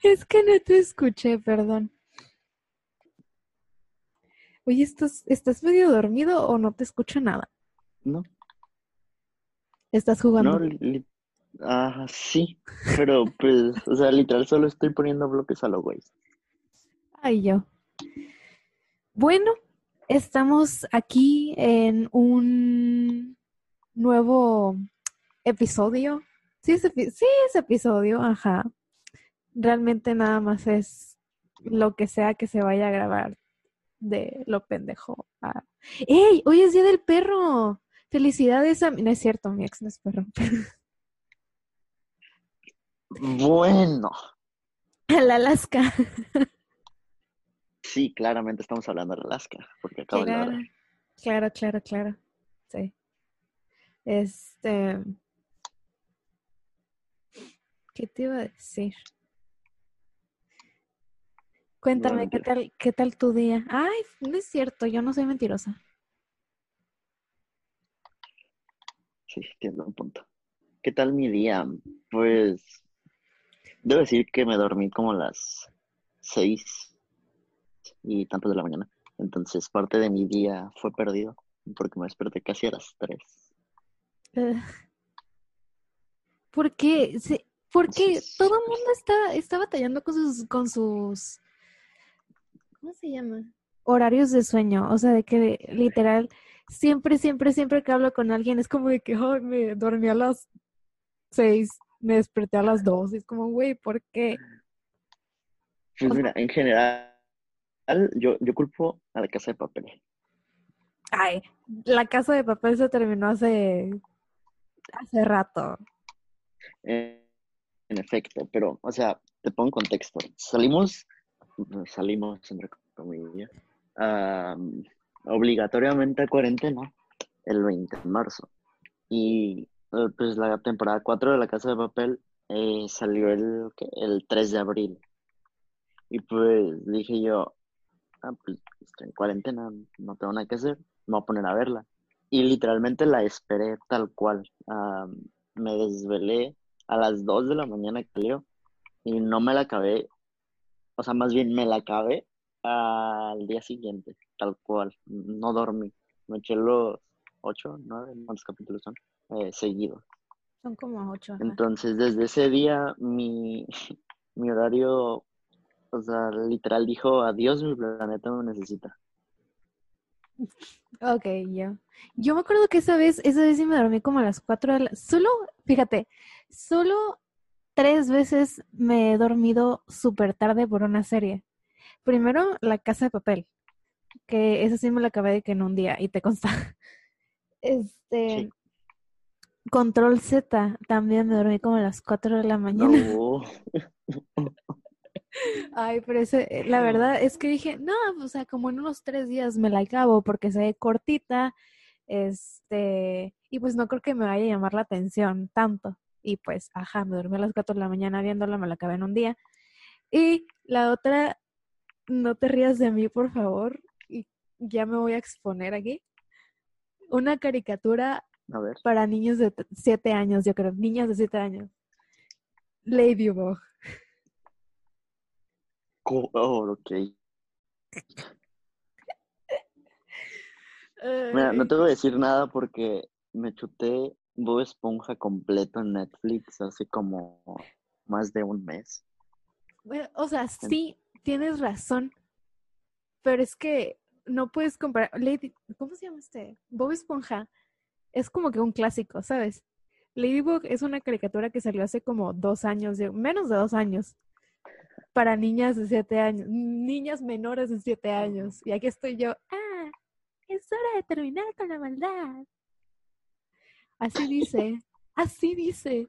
Es que no te escuché, perdón. Oye, ¿estás medio dormido o no te escucho nada? No, ¿Estás no, jugando? sí, pero pues, o sea, literal solo estoy poniendo bloques a lo güey. Ay, yo. Bueno, estamos aquí en un nuevo episodio. Sí, sí, es episodio, ajá. Realmente nada más es lo que sea que se vaya a grabar de lo pendejo. ¡Ey! Hoy es Día del Perro. Felicidades a mi... No es cierto, mi ex no es perro. Bueno, Al Alaska. sí, claramente estamos hablando de Alaska, porque acabo de Claro, ladrar. claro, claro, claro. Sí. Este, ¿qué te iba a decir? No, Cuéntame, mentira. qué tal tu día? Ay, no es cierto, yo no soy mentirosa. Sí, entiendo un punto. ¿Qué tal mi día? Pues, debo decir que me dormí como a las 6 y tantos de la mañana. Entonces, parte de mi día fue perdido, porque me desperté casi a las 3. Ugh, ¿por qué? Porque todo Entonces, el mundo está batallando con sus, ¿cómo se llama? Horarios de sueño. O sea, de que literal, siempre que hablo con alguien es como de que, ay, me dormí a las 6, me desperté a las 2. Y es como, güey, ¿por qué? pues O sea, mira, en general, yo culpo a la casa de papel. ay, la casa de papel se terminó hace rato. Eh, en efecto, pero, o sea, te pongo en contexto. Salimos, entre comillas, ah, obligatoriamente a cuarentena el 20 de marzo. Y pues la temporada 4 de La Casa de Papel salió el 3 de abril. Y pues dije yo, pues estoy en cuarentena, no tengo nada que hacer, me voy a poner a verla. Y literalmente la esperé tal cual. Me desvelé a las 2 de la mañana que salió y no me la acabé, o sea, más bien me la acabé al día siguiente, tal cual. No dormí. Me eché los 8, 9, ¿cuántos capítulos son? Seguidos. Son como 8, ajá. Entonces, desde ese día, mi horario, o sea, literal dijo, adiós, mi planeta me necesita. Ok, yo. Yo me acuerdo que esa vez sí me dormí como a las 4 de la... Solo, fíjate, solo 3 veces me he dormido súper tarde por una serie. Primero, La Casa de Papel, que esa sí me la acabé de que en un día, y te consta. Este, Sí. Control Z, también me dormí como a las 4 de la mañana. No. Ay, pero la verdad es que dije, no, o sea, como en unos 3 días me la acabo porque se ve cortita, y pues no creo que me vaya a llamar la atención tanto. Y pues, ajá, me dormí a las 4 de la mañana viéndola, me la acabé en un día. Y la otra, no te rías de mí, por favor, y ya me voy a exponer aquí. Una caricatura A ver. para niños de 7 años, yo creo, niñas de 7 años. Ladybug. Oh, ok. Mira, no Ay, te voy a decir nada porque me chuté Bob Esponja completo en Netflix hace como más de un mes. bueno, o sea, sí, tienes razón, pero es que no puedes comparar. ¿Cómo se llama este? Bob Esponja es como que un clásico, ¿sabes? Ladybug es una caricatura que salió hace como 2 años, menos de 2 años, para niñas de 7 años, niñas menores de 7 años. Y aquí estoy yo, es hora de terminar con la maldad. Así dice, así dice.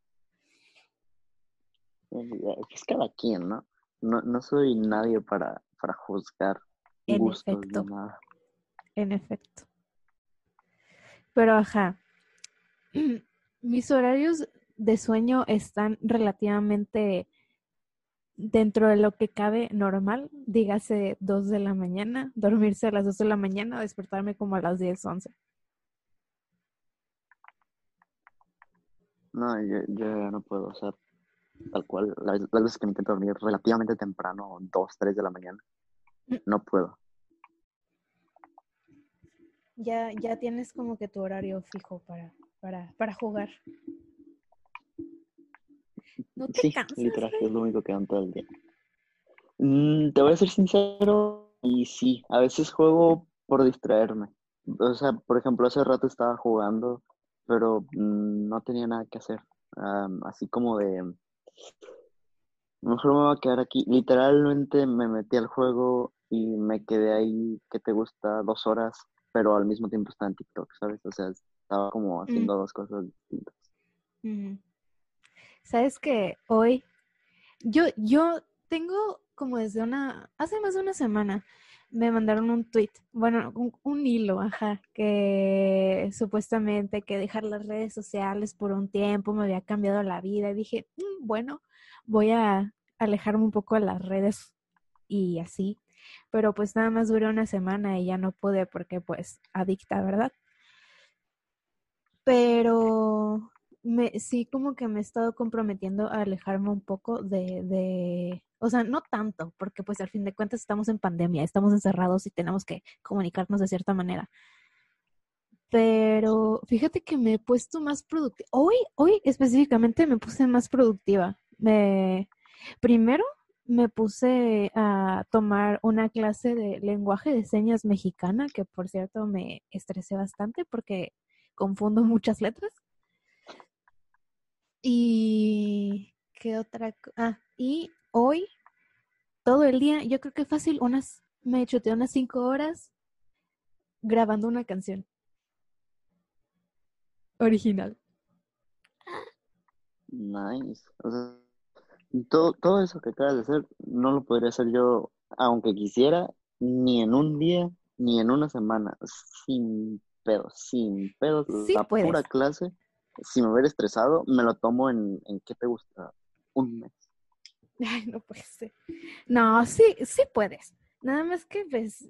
Es cada quien, ¿no? No, no soy nadie para juzgar En gustos ni efecto, nada. en efecto. Pero ajá, mis horarios de sueño están relativamente dentro de lo que cabe normal, dígase 2 de la mañana, dormirse a las 2 de la mañana, despertarme como a las 10 11. No, yo ya no puedo, o sea, tal cual. Las veces que me intento dormir relativamente temprano, 2, 3 de la mañana, Mm, no puedo. ya tienes como que tu horario fijo para jugar. ¿No te Sí, cansas, literal, es güey? lo único que hago todo el día. Te voy a ser sincero, y sí, a veces juego por distraerme. O sea, por ejemplo, hace rato estaba jugando, pero no tenía nada que hacer. Así como de, mejor me voy a quedar aquí. Literalmente me metí al juego y me quedé ahí, ¿qué te gusta? 2 horas, pero al mismo tiempo estaba en TikTok, ¿sabes? O sea, estaba como Mm, haciendo dos cosas distintas. mm. Sabes que hoy yo tengo como hace más de una semana me mandaron un tweet, bueno, un hilo, ajá, que supuestamente que dejar las redes sociales por un tiempo me había cambiado la vida y dije, bueno, voy a alejarme un poco de las redes y así, pero pues nada más duró una semana y ya no pude porque pues adicta, ¿verdad? Pero sí como que me he estado comprometiendo a alejarme un poco o sea, no tanto, porque pues al fin de cuentas estamos en pandemia, estamos encerrados y tenemos que comunicarnos de cierta manera. Pero fíjate que me he puesto más productiva. Hoy específicamente me puse más productiva. Primero me puse a tomar una clase de lenguaje de señas mexicana, que por cierto me estresé bastante porque confundo muchas letras. Y qué y hoy todo el día, yo creo que fácil, me chuté unas 5 horas grabando una canción original. Nice. O sea, todo eso que acabas de hacer no lo podría hacer yo, aunque quisiera, ni en un día, ni en una semana, sin pedos, Sí la pura puedes. clase, si me hubiera estresado, me lo tomo en ¿qué te gusta? Un mes. Ay, no puede ser. No, sí puedes. Nada más que pues,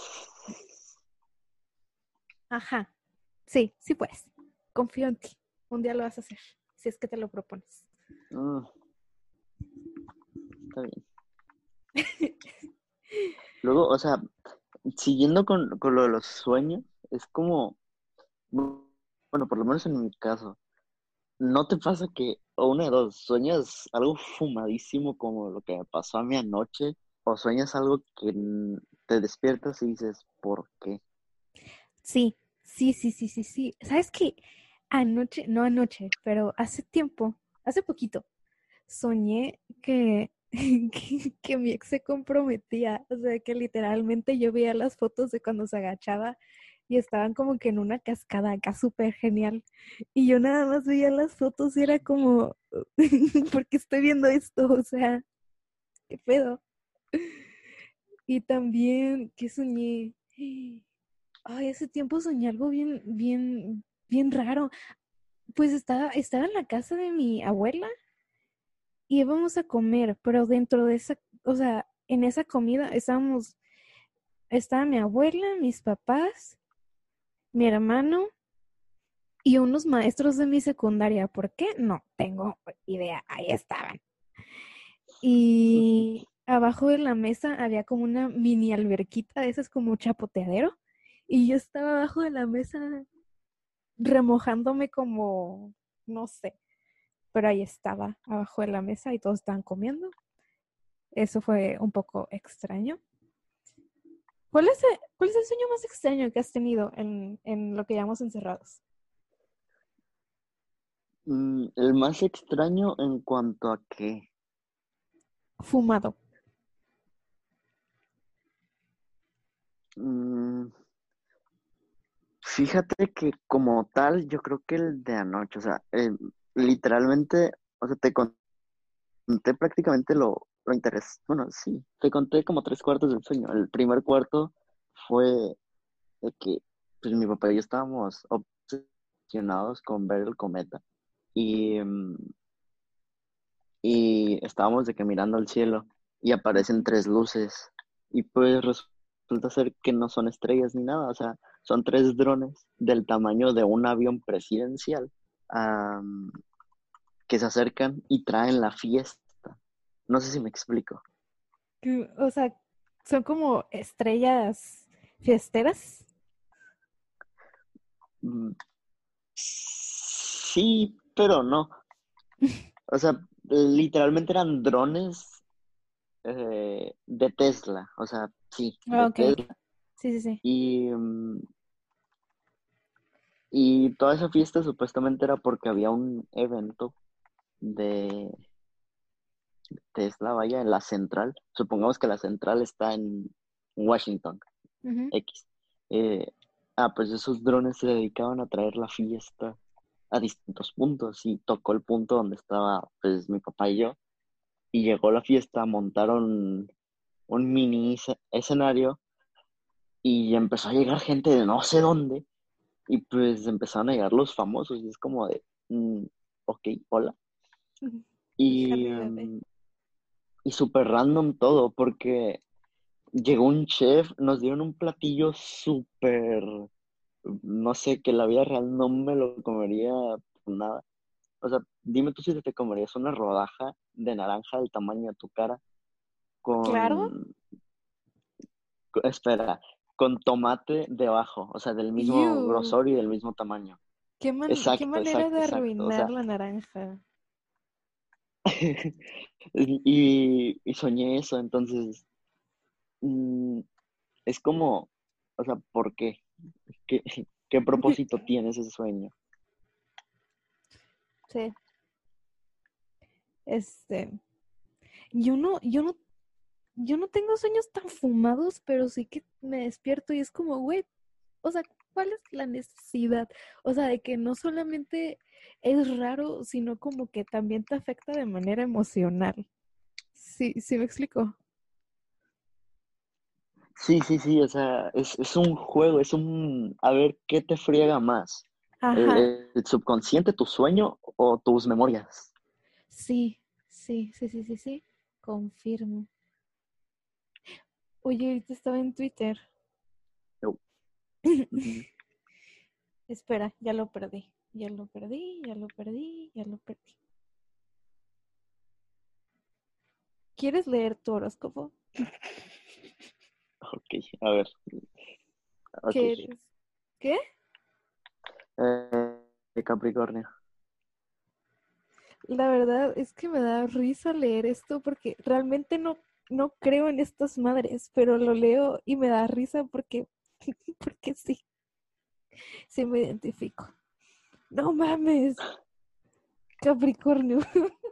ajá. Sí puedes. Confío en ti. Un día lo vas a hacer, si es que te lo propones. Ah, está bien. Luego, o sea, siguiendo con lo de los sueños, es como, bueno, por lo menos en mi caso, ¿no te pasa que, o una de dos, sueñas algo fumadísimo como lo que me pasó a mí anoche, o sueñas algo que te despiertas y dices, ¿por qué? Sí. ¿Sabes qué? Anoche, no anoche, pero hace poquito, soñé que mi ex se comprometía. O sea, que literalmente yo veía las fotos de cuando se agachaba y estaban como que en una cascada acá súper genial. Y yo nada más veía las fotos y era como, ¿por qué estoy viendo esto? O sea, ¿qué pedo? Y también, ¿qué soñé? Ay, hace tiempo soñé algo bien raro. Pues estaba en la casa de mi abuela y íbamos a comer, pero dentro de o sea, en esa comida estaba mi abuela, mis papás, mi hermano y unos maestros de mi secundaria. ¿Por qué? No tengo idea. Ahí estaban. Y abajo de la mesa había como una mini alberquita de esas como chapoteadero. Y yo estaba abajo de la mesa remojándome como, no sé, pero ahí estaba abajo de la mesa y todos estaban comiendo. Eso fue un poco extraño. ¿Cuál es el sueño más extraño que has tenido en lo que llamamos encerrados? El más extraño en cuanto a que, Fumado. mm, fíjate que como tal, yo creo que el de anoche, o sea, literalmente, o sea, te conté prácticamente lo interesante, bueno, sí, te conté como 3 cuartos del sueño. El primer cuarto fue de que pues mi papá y yo estábamos obsesionados con ver el cometa y, y estábamos de que mirando al cielo y aparecen 3 luces y pues resulta ser que no son estrellas ni nada, o sea, son 3 drones del tamaño de un avión presidencial, que se acercan y traen la fiesta. No sé si me explico. O sea, son como estrellas fiesteras. Mm, Sí, pero no. O sea, literalmente eran drones de Tesla. O sea, sí, Ah, de ok. Tesla. Sí, sí, sí. Y, y toda esa fiesta supuestamente era porque había un evento de Tesla, vaya, en la central. Supongamos que la central está en Washington, Ujú. X. Eh, pues esos drones se dedicaban a traer la fiesta a distintos puntos y tocó el punto donde estaba pues mi papá y yo y llegó la fiesta, montaron un mini escenario y empezó a llegar gente de no sé dónde y pues empezaron a llegar los famosos y es como de, ok, hola. Ujú. Y, Arriba. y súper random todo porque llegó un chef, nos dieron un platillo súper, no sé, que la vida real no me lo comería por nada. O sea, dime tú si te comerías una rodaja de naranja del tamaño de tu cara Claro. con, espera, con tomate debajo, o sea, del mismo Ew. grosor y del mismo tamaño. Qué Exacto, manera exacto, de exacto. O arruinar sea, la naranja. y soñé eso, entonces, mm, es como, o sea, ¿por qué? ¿Qué, qué propósito tiene ese sueño? Sí. Este, yo no, yo no, yo no tengo sueños tan fumados, pero sí que me despierto y es como, güey, o sea, ¿cuál es la necesidad? O sea, de que no solamente es raro, sino como que también te afecta de manera emocional. Sí, sí me explico. Sí, sí, sí, o sea, es un juego, a ver qué te friega más, Ajá, el subconsciente, tu sueño o tus memorias. sí, sí, sí, sí, sí, sí, confirmo. Oye, ahorita estaba en Twitter. Yo, ujú. Espera, ya lo perdí, ya lo perdí, ya lo perdí, ya lo perdí. ¿Quieres leer tu horóscopo? Ok, a ver, ok. ¿Qué eres? ¿Qué? Capricornio. La verdad es que me da risa leer esto porque realmente no creo en estas madres, pero lo leo y me da risa porque, porque sí, sí me identifico. No mames, Capricornio.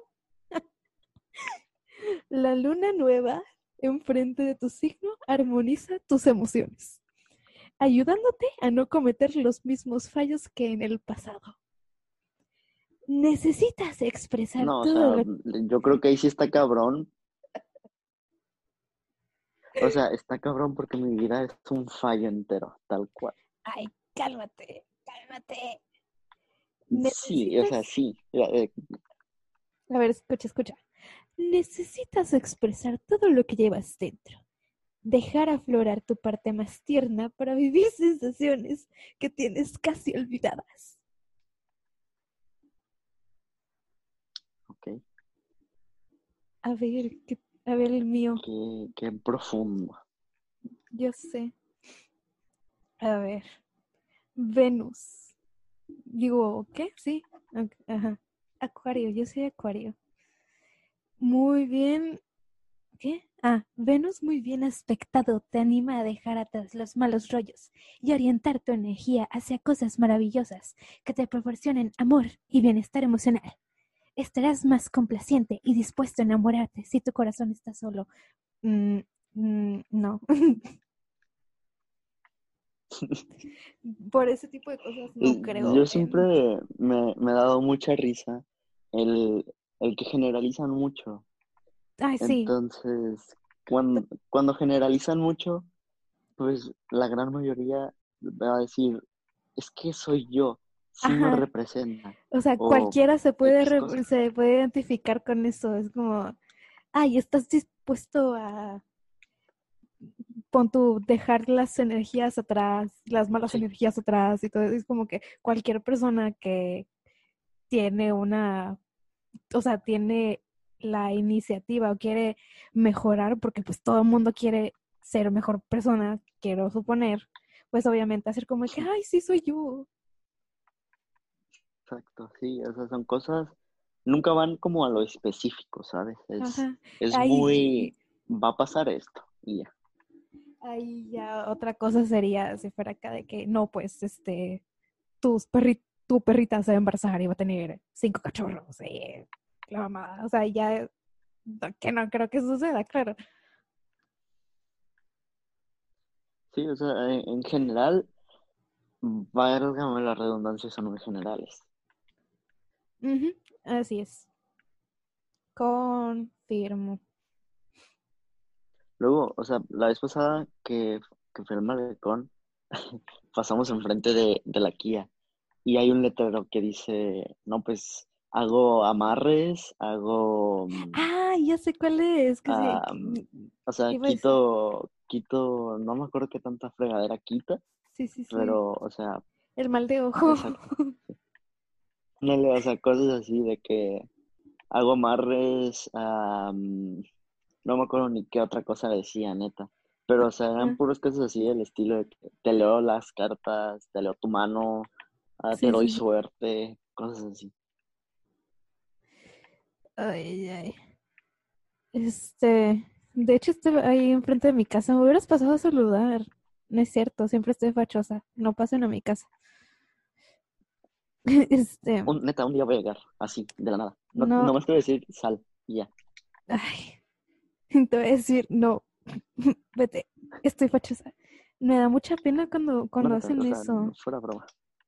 La luna nueva enfrente de tu signo armoniza tus emociones, ayudándote a no cometer los mismos fallos que en el pasado. Necesitas expresar No, o todo sea, lo... yo creo que ahí sí está cabrón. O sea, está cabrón porque mi vida es un fallo entero, tal cual. Ay, cálmate, cálmate. Sí, o sea, Necesitas... sí. A ver, escucha, escucha. Necesitas expresar todo lo que llevas dentro. Dejar aflorar tu parte más tierna para vivir sensaciones que tienes casi olvidadas. Ok, A ver el mío. qué profundo. Yo sé. A ver. Venus. Digo, ¿qué? Sí. Ajá. Acuario, yo soy Acuario. Muy bien. ¿Qué? Ah, Venus muy bien aspectado te anima a dejar atrás los malos rollos y orientar tu energía hacia cosas maravillosas que te proporcionen amor y bienestar emocional. Estarás más complaciente y dispuesto a enamorarte si tu corazón está solo. Mm, no. Por ese tipo de cosas no creo Yo en... siempre me ha dado mucha risa el, el que generalizan mucho. Ay, sí. Entonces, cuando generalizan mucho, pues la gran mayoría va a decir, es que soy yo, sí me Ajá. representa, O sea, o cualquiera X cosa. se puede identificar con eso. Es como, ay, ¿estás dispuesto a, pon tú, dejar las energías atrás, las malas Sí, energías atrás y todo? Es como que cualquier persona que tiene una o sea, tiene la iniciativa o quiere mejorar, porque pues todo el mundo quiere ser mejor persona, quiero suponer, pues obviamente hacer como que, ay, sí soy yo. Exacto, sí, o sea, son cosas, nunca van como a lo específico, ¿sabes? Ajá. Es Ahí, muy, va a pasar esto, y ya. ahí ya otra cosa sería si fuera acá de que, no, pues, tu perrita se va a embarazar y va a tener 5 cachorros, la mamá, o sea, ya, que no creo que suceda, claro. Sí, o sea, en general, válgame las redundancias son muy generales. Ujú, así es. Confirmo. Luego, o sea, la vez pasada que fui al malecón, pasamos enfrente de la Kia y hay un letrero que dice, no, pues hago amarres, hago, Ah, ya sé cuál es. Que sí, o sea, ¿qué iba a decir? quito, no me acuerdo qué tanta fregadera quita, Sí, sí, sí. pero, o sea, El mal de ojo. exacto. No, o sea, cosas así de que hago amarres, no me acuerdo ni qué otra cosa decía, neta. Pero, o sea, eran Ah, puras cosas así del estilo de que te leo las cartas, te leo tu mano, te sí, doy sí, sí. suerte, cosas así. Ay, ay. De hecho, estoy ahí enfrente de mi casa. Me hubieras pasado a saludar. No es cierto, siempre estoy fachosa. No pasen a mi casa. Este, Neta, un día voy a llegar, así, de la nada. No, no, nomás te voy a decir sal, y ya. ay, te voy a decir, no, vete, estoy fachosa. Me da mucha pena No, cuando neta, hacen o sea, no eso. fuera broma.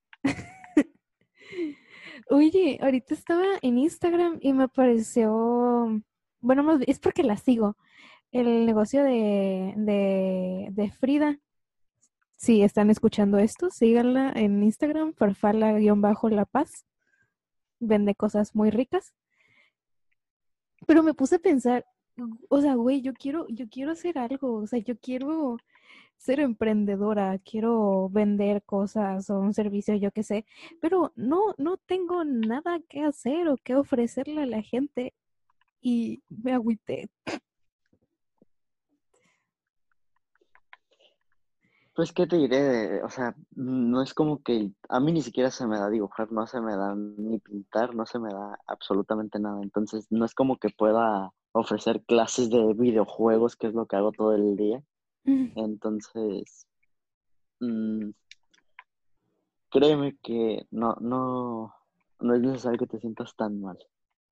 Oye, ahorita estaba en Instagram y me apareció, bueno, es porque la sigo, el negocio de Frida. Si están escuchando esto, síganla en Instagram, farfala-la paz. Vende cosas muy ricas. Pero me puse a pensar, o sea, güey, yo quiero hacer algo, o sea, yo quiero ser emprendedora, quiero vender cosas o un servicio, yo qué sé, pero no tengo nada que hacer o que ofrecerle a la gente y me agüité. Pues, ¿qué te diré? O sea, no es como que a mí ni siquiera se me da dibujar, no se me da ni pintar, no se me da absolutamente nada. Entonces, no es como que pueda ofrecer clases de videojuegos, que es lo que hago todo el día. Entonces, mm, créeme que no es necesario que te sientas tan mal.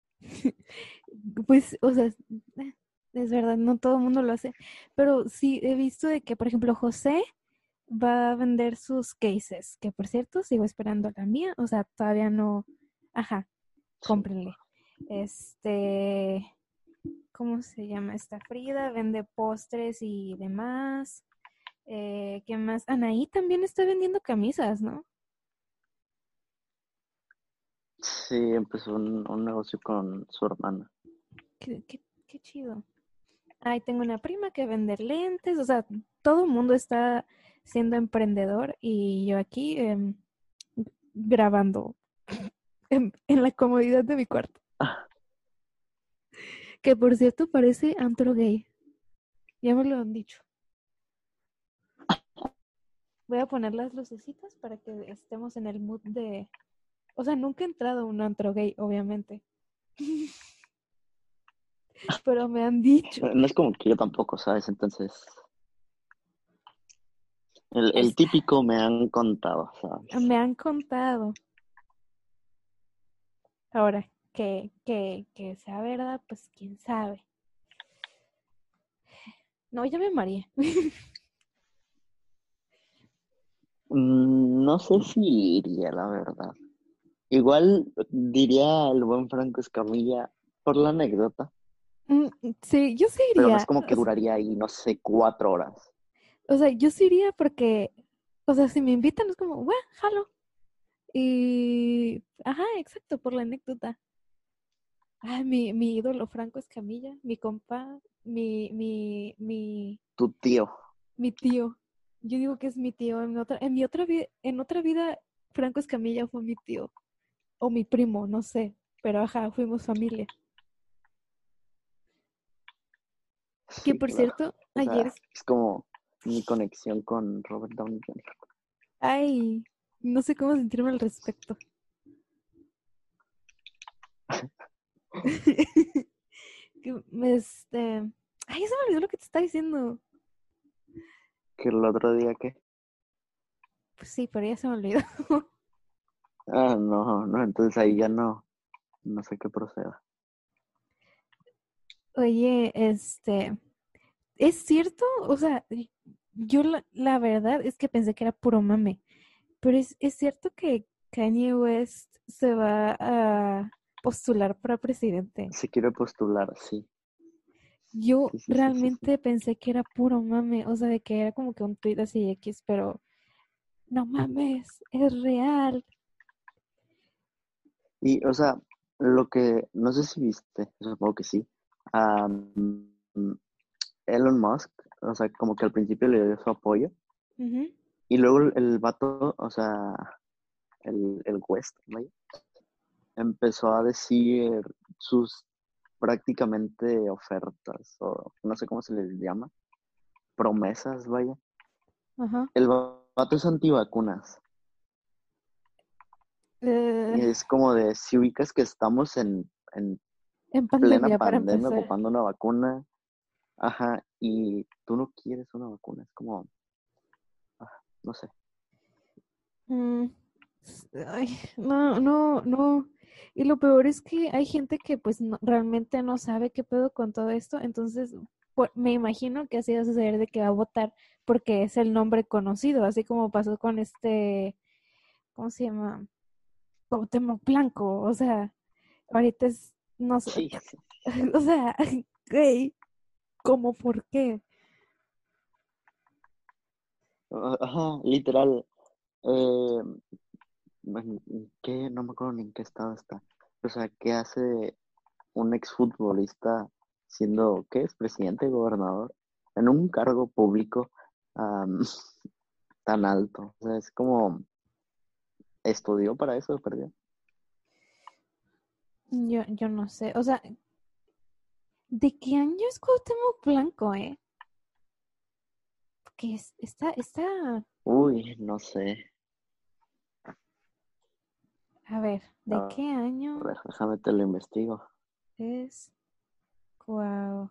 Pues, o sea, es verdad, no todo el mundo lo hace, pero sí he visto de que, por ejemplo, José va a vender sus cases, que por cierto, sigo esperando la mía, o sea, todavía no, ajá, Sí. cómprenle. Este, ¿Cómo se llama esta Frida? Vende postres y demás. ¿Qué más? Anaí también está vendiendo camisas, ¿no? Sí, empezó un negocio con su hermana. Qué chido. Ahí tengo una prima que vende lentes, o sea, todo el mundo está siendo emprendedor y yo aquí grabando en la comodidad de mi cuarto. Que por cierto parece antro gay. Ya me lo han dicho. Voy a poner las lucecitas para que estemos en el mood de... O sea, nunca he entrado a un antro gay, obviamente. Pero me han dicho. No es como que yo tampoco, ¿sabes? Entonces, Ahí el está. típico me han contado, ¿sabes? Me han contado. Ahora, que sea verdad, pues quién sabe. No, ya me mareé. No sé si iría, la verdad. Igual diría el buen Franco Escamilla por la anécdota, Sí, yo sí pero no es iría. como que duraría ahí, no sé, 4 horas. O sea, yo sí iría porque, o sea, si me invitan es como, bueno, jalo. Y, ajá, exacto, por la anécdota. Ay, mi ídolo Franco Escamilla, mi compa, Tu tío. mi tío. Yo digo que es mi tío. En otra vida, Franco Escamilla fue mi tío. O mi primo, no sé. pero ajá, fuimos familia. Que Sí, por claro. cierto, O ayer, sea, es como mi conexión con Robert Downey Jr. ay, no sé cómo sentirme al respecto. Ay, eso me olvidó lo que te estaba diciendo. Que el otro día que... Pues sí, pero ya se me olvidó. Ah, no, no, entonces ahí ya no sé qué proceda. Oye, ¿es cierto? O sea, yo la verdad es que pensé que era puro mame, pero es cierto que Kanye West se va a postular para presidente. Se quiere postular, sí. Yo Sí, sí, sí, sí, sí. realmente pensé que era puro mame, o sea, de que era como que un tweet así X, pero no mames, es real. Y, o sea, lo que, no sé si viste, supongo que sí, am, Elon Musk, o sea, como que al principio le dio su apoyo, Ujú. y luego el vato, o sea, el West, vaya, empezó a decir sus prácticamente ofertas, o no sé cómo se les llama, promesas, vaya. Ajá. El vato es antivacunas, Eh, y es como de, si ubicas que estamos en en plena pandemia para pandemia empezar. ocupando una vacuna. Ajá, y tú no quieres una vacuna, es como, no sé. Mm, ay, no, no, no. Y lo peor es que hay gente que pues realmente no sabe qué pedo con todo esto, entonces me imagino que así va a suceder de que va a votar porque es el nombre conocido, así como pasó con ¿cómo se llama? Cuauhtémoc Blanco, o sea, ahorita es, no sé, Sí, sí. o sea, güey, ¿cómo por qué? Ajá, literal. Eh, ¿Qué? No me acuerdo ni en qué estado está. O sea, ¿qué hace un exfutbolista siendo, qué es, presidente, gobernador, en un cargo público am, tan alto? O sea, es como, estudió para eso, perdió. Yo no sé, o sea, ¿de qué año es Cuauhtémoc Blanco, eh? Porque está, Uy, no sé. a ver, ¿de A qué año ver, déjame te lo investigo. es Cuauhtémoc?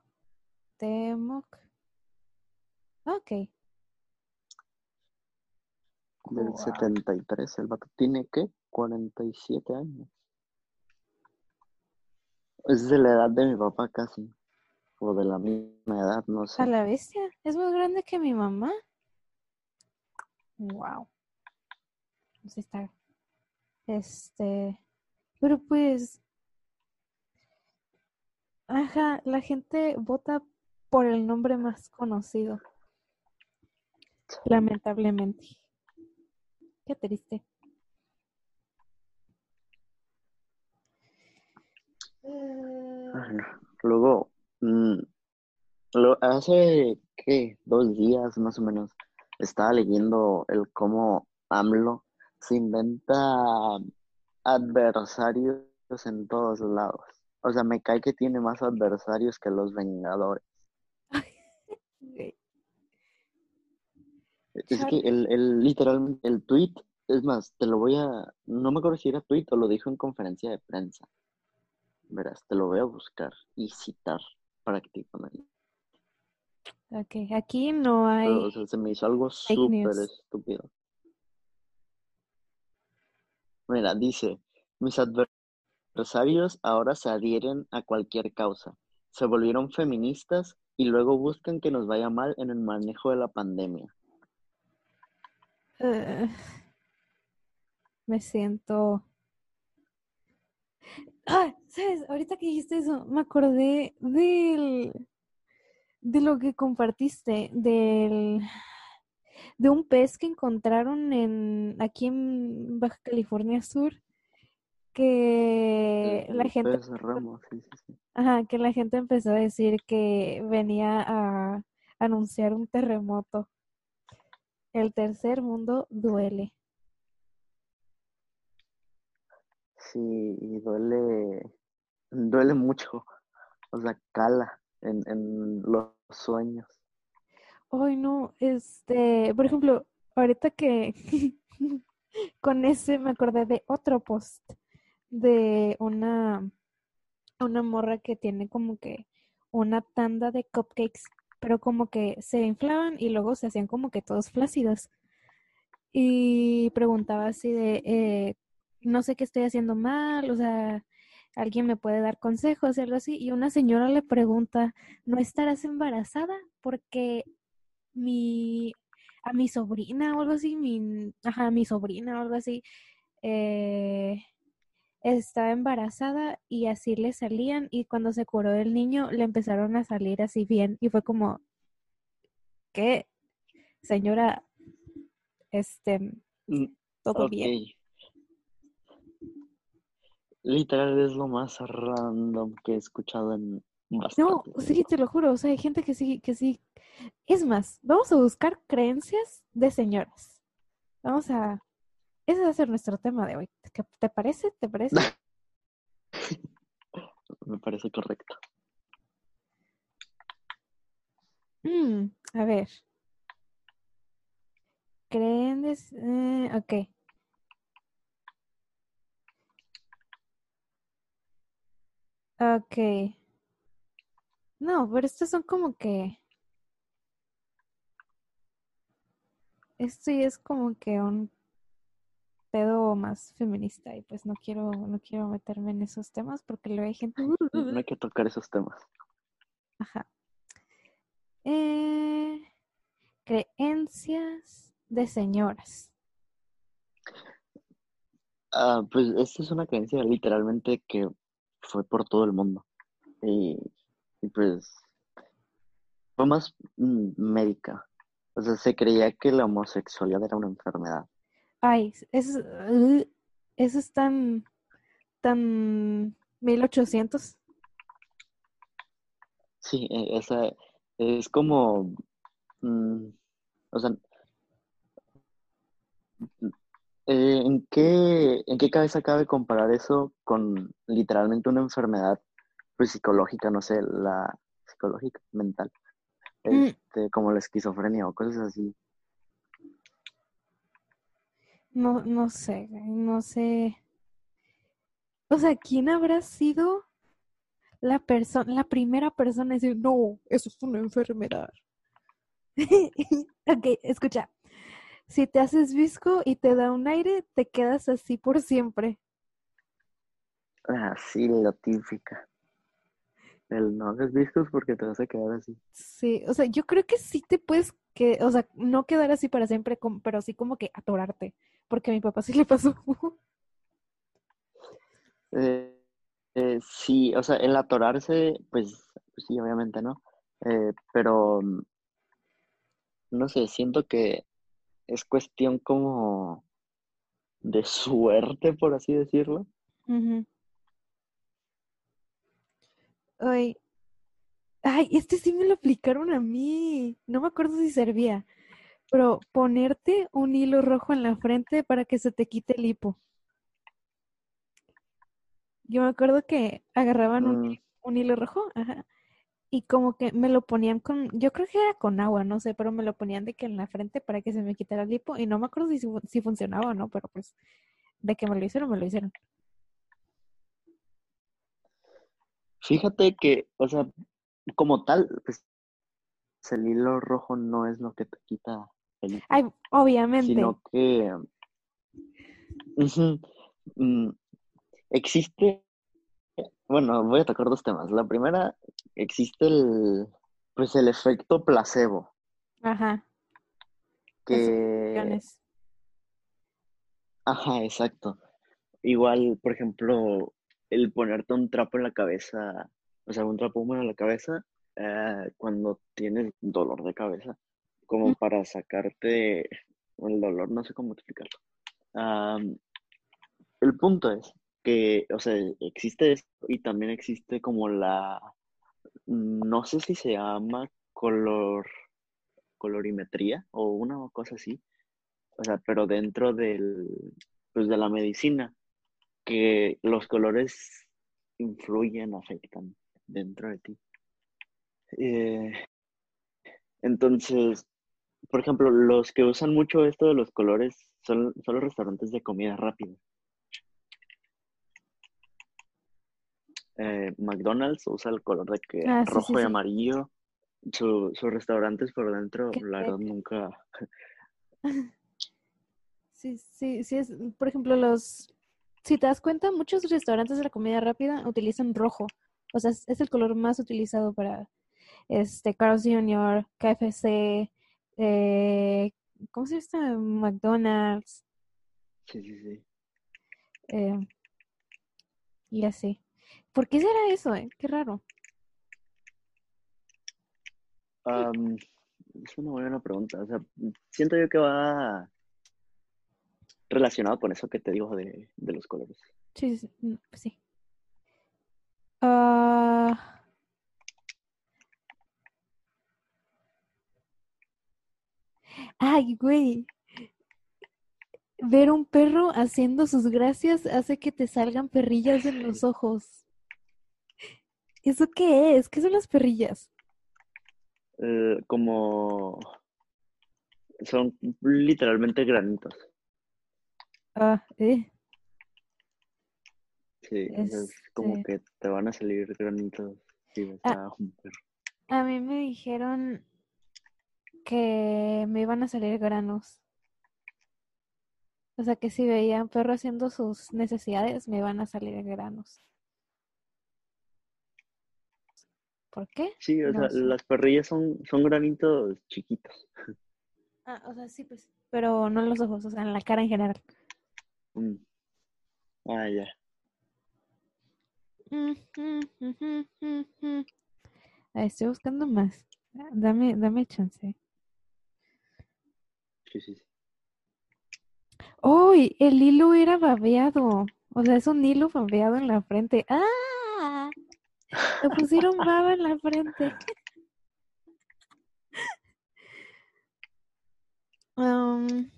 Ok, Del Cuau. 73, el vato tiene, ¿qué? 47 años. Es de la edad de mi papá casi, o de la misma edad, no A sé. la bestia, es más grande que mi mamá. Wow, sí está, este, pero pues, ajá, la gente vota por el nombre más conocido, lamentablemente. Qué triste. Ay, no. Luego, mm, hace, ¿qué? 2 días más o menos, estaba leyendo el cómo AMLO se inventa adversarios en todos lados. O sea, me cae que tiene más adversarios que los Vengadores. Ok. Es que Chale. literalmente, el tweet, es más, no me acuerdo si era tweet o lo dijo en conferencia de prensa. Verás, te lo voy a buscar y citar prácticamente. Ok, aquí no Pero, hay o sea, se me hizo algo fake súper news. estúpido. Mira, dice, mis adversarios ahora se adhieren a cualquier causa. Se volvieron feministas y luego buscan que nos vaya mal en el manejo de la pandemia. Eh, me siento. Ah, ¿sabes? Ahorita que dijiste eso, me acordé de lo que compartiste, de un pez que encontraron aquí en Baja California Sur, que la El gente, pez remo, sí, sí, sí. ajá, que la gente empezó a decir que venía a anunciar un terremoto. El tercer mundo duele. Sí, y duele mucho, o sea, cala en los sueños. Ay, no, por ejemplo, ahorita que con ese me acordé de otro post de una morra que tiene como que una tanda de cupcakes, pero como que se inflaban y luego se hacían como que todos flácidos. Y preguntaba así de, no sé qué estoy haciendo mal, o sea, alguien me puede dar consejos y algo así. Y una señora le pregunta, ¿no estarás embarazada? Porque mi, a mi sobrina o algo así, mi sobrina o algo así, eh, estaba embarazada y así le salían y cuando se curó el niño le empezaron a salir así bien y fue como, ¿qué? Señora, este, Mm, ¿todo Ok, bien? literal es lo más random que he escuchado en No, bastante sí, tiempo. te lo juro, o sea, hay gente que sí. Es más, vamos a buscar creencias de señoras. Vamos a, ese va a ser nuestro tema de hoy. ¿Te parece? ¿Te parece? Me parece correcto. A ver, creencias, ok, ok. No, pero estos son como que, esto ya es como que un pedo más feminista y pues no quiero meterme en esos temas porque luego hay gente, No hay que tocar esos temas. ajá. Eh, creencias de señoras. Pues esta es una creencia literalmente que fue por todo el mundo. Y, y pues fue más médica. O sea, se creía que la homosexualidad era una enfermedad. Ay, eso es tan 1800. Sí, esa es como, mm, o sea, ¿en qué cabeza cabe comparar eso con literalmente una enfermedad pues psicológica, no sé, la psicológica, mental, Mm, como la esquizofrenia o cosas así? no, no sé, güey, no sé. O sea, ¿quién habrá sido la primera persona en decir, no, eso es una enfermedad? Ok, escucha. Si te haces visco y te da un aire, te quedas así por siempre. Ah, sí, la típica. El no hagas discos porque te vas a quedar así. Sí, o sea, yo creo que sí te puedes que, o sea, no quedar así para siempre, pero sí como que atorarte, porque a mi papá sí le pasó. Eh, sí, o sea, el atorarse, pues sí, obviamente, ¿no? Pero, no sé, siento que es cuestión como de suerte, por así decirlo. Ujú. Ay, ay, este sí me lo aplicaron a mí. No me acuerdo si servía, pero ponerte un hilo rojo en la frente para que se te quite el hipo. Yo me acuerdo que agarraban un, Mm, un hilo rojo, ajá, y como que me lo ponían con, yo creo que era con agua, no sé, pero me lo ponían de que en la frente para que se me quitara el hipo y no me acuerdo si funcionaba o no, pero pues de que me lo hicieron, me lo hicieron. fíjate que, o sea, como tal, pues el hilo rojo no es lo que te quita el hipo, Ay, obviamente. sino que ujú, mm, existe. Bueno, voy a tocar dos temas. La primera, existe pues el efecto placebo, Ajá, las que, suposiciones. ajá, exacto. Igual, por ejemplo, el ponerte un trapo en la cabeza, o sea, un trapo húmedo en la cabeza, cuando tienes dolor de cabeza, como Mm, para sacarte el dolor, no sé cómo explicarlo. Am, el punto es que, o sea, existe esto y también existe como no sé si se llama colorimetría o una cosa así, o sea, pero dentro pues de la medicina, que los colores influyen, afectan dentro de ti. Eh, entonces, por ejemplo, los que usan mucho esto de los colores son los restaurantes de comida rápida. McDonald's usa el color de que Ah, sí, sí, rojo y sí. amarillo. Sus restaurantes por dentro, Qué la verdad, peca. nunca. Sí, sí, sí es, por ejemplo, si te das cuenta, muchos restaurantes de la comida rápida utilizan rojo. O sea, es el color más utilizado para Carl's Jr., KFC, eh, ¿cómo se llama? McDonald's, Sí, sí, sí. eh, y así. ¿Por qué será eso, Qué raro. Am, es una buena pregunta. O sea, siento yo que va relacionado con eso que te digo de los colores. Sí, sí, pues sí. Ah, ay, güey. Ver un perro haciendo sus gracias hace que te salgan perrillas en los ojos. ¿Eso qué es? ¿Qué son las perrillas? Como son literalmente granitos. Ah, Sí, o sea, es como este. que te van a salir granitos si ves Ah, a un perro. a mí me dijeron que me iban a salir granos. O sea, que si veía un perro haciendo sus necesidades, me iban a salir granos. ¿Por qué? Sí, o No sea, sé. las perrillas son granitos chiquitos. Ah, o sea, sí, pues. Pero no en los ojos, o sea, en la cara en general. Mm. Ah, ya. Estoy buscando más. Dame chance. Sí, sí, sí. ¡Uy! El hilo era babeado. O sea, es un hilo babeado en la frente. ¡Ah! Me pusieron baba en la frente. Am,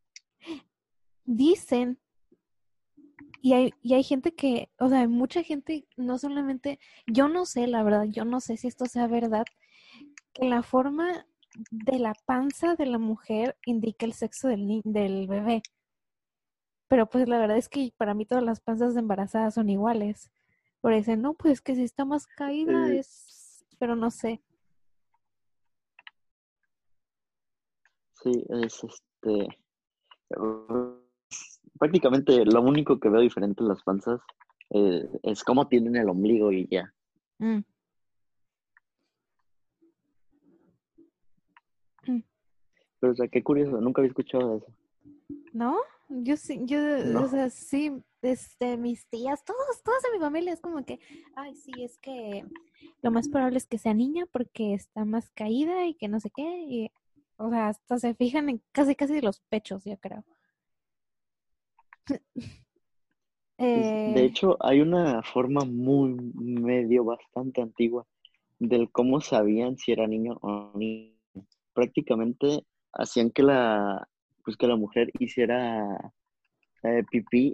dicen, y hay gente que, o sea, hay mucha gente, no solamente, yo no sé, la verdad, yo no sé si esto sea verdad, que la forma de la panza de la mujer indica el sexo del bebé. Pero pues la verdad es que para mí todas las panzas de embarazadas son iguales. Por eso, no, pues que si está más caída Eh, es, pero no sé. sí, prácticamente lo único que veo diferente en las panzas es cómo tienen el ombligo y ya. Mm, mm. Pero, o sea, qué curioso, nunca había escuchado de eso. ¿No? Yo sí, o No. sea, sí, mis tías, todos en mi familia es como que, ay, sí, es que lo más probable es que sea niña porque está más caída y que no sé qué, y, o sea, hasta se fijan en casi los pechos, yo creo. Pues, de Eh, hecho, hay una forma muy medio bastante antigua del cómo sabían si era niño o niña. Prácticamente hacían pues que la mujer hiciera pipí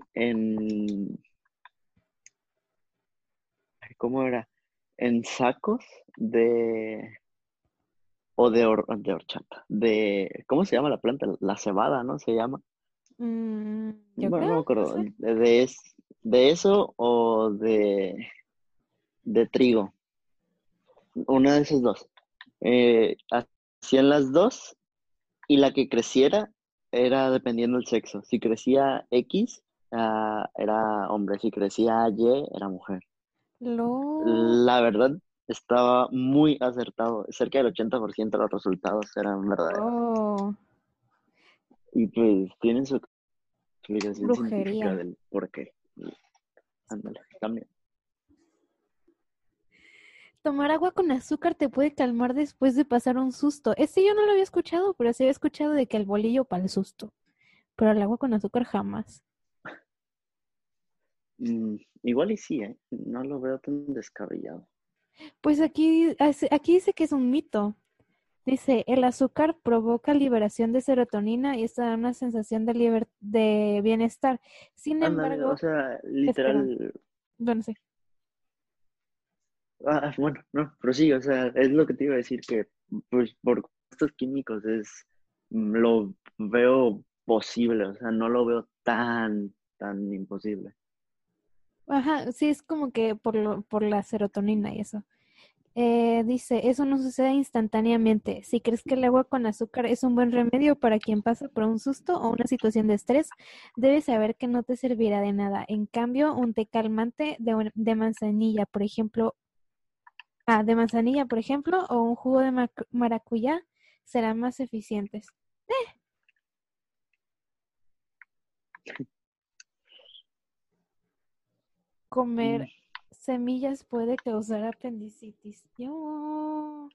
¿cómo era? En sacos de, de horchata, ¿cómo se llama la planta? La cebada, ¿no? Se llama. yo Bueno, creo, no me no acuerdo, sé. de eso o de trigo, una de esas dos. Hacían las dos y la que creciera era dependiendo del sexo. Si crecía X, era hombre, si crecía Y, era mujer. Lo, La verdad, estaba muy acertado. Cerca del 80% de los resultados eran verdaderos. oh, Y pues tienen su explicación científica brujería. del por qué. Y ándale, también. Tomar agua con azúcar te puede calmar después de pasar un susto. Este yo no lo había escuchado, pero sí había escuchado de que el bolillo para el susto. Pero el agua con azúcar jamás. Igual y sí, ¿eh? No lo veo tan descabellado. Pues aquí dice que es un mito. Dice, el azúcar provoca liberación de serotonina y esto da una sensación de bienestar. Sin Ándale, o embargo, sea, espera, literal, bueno, sí. bueno, no, pero sí, o sea, es lo que te iba a decir que, pues, por estos químicos lo veo posible, o sea, no lo veo tan imposible. Ajá, sí, es como que por la serotonina y eso. Dice, eso no sucede instantáneamente. Si crees que el agua con azúcar es un buen remedio para quien pasa por un susto o una situación de estrés, debes saber que no te servirá de nada. En cambio, un té calmante de manzanilla, por ejemplo, o un jugo de maracuyá serán más eficientes. Mm, Comer semillas puede causar apendicitis. Yo.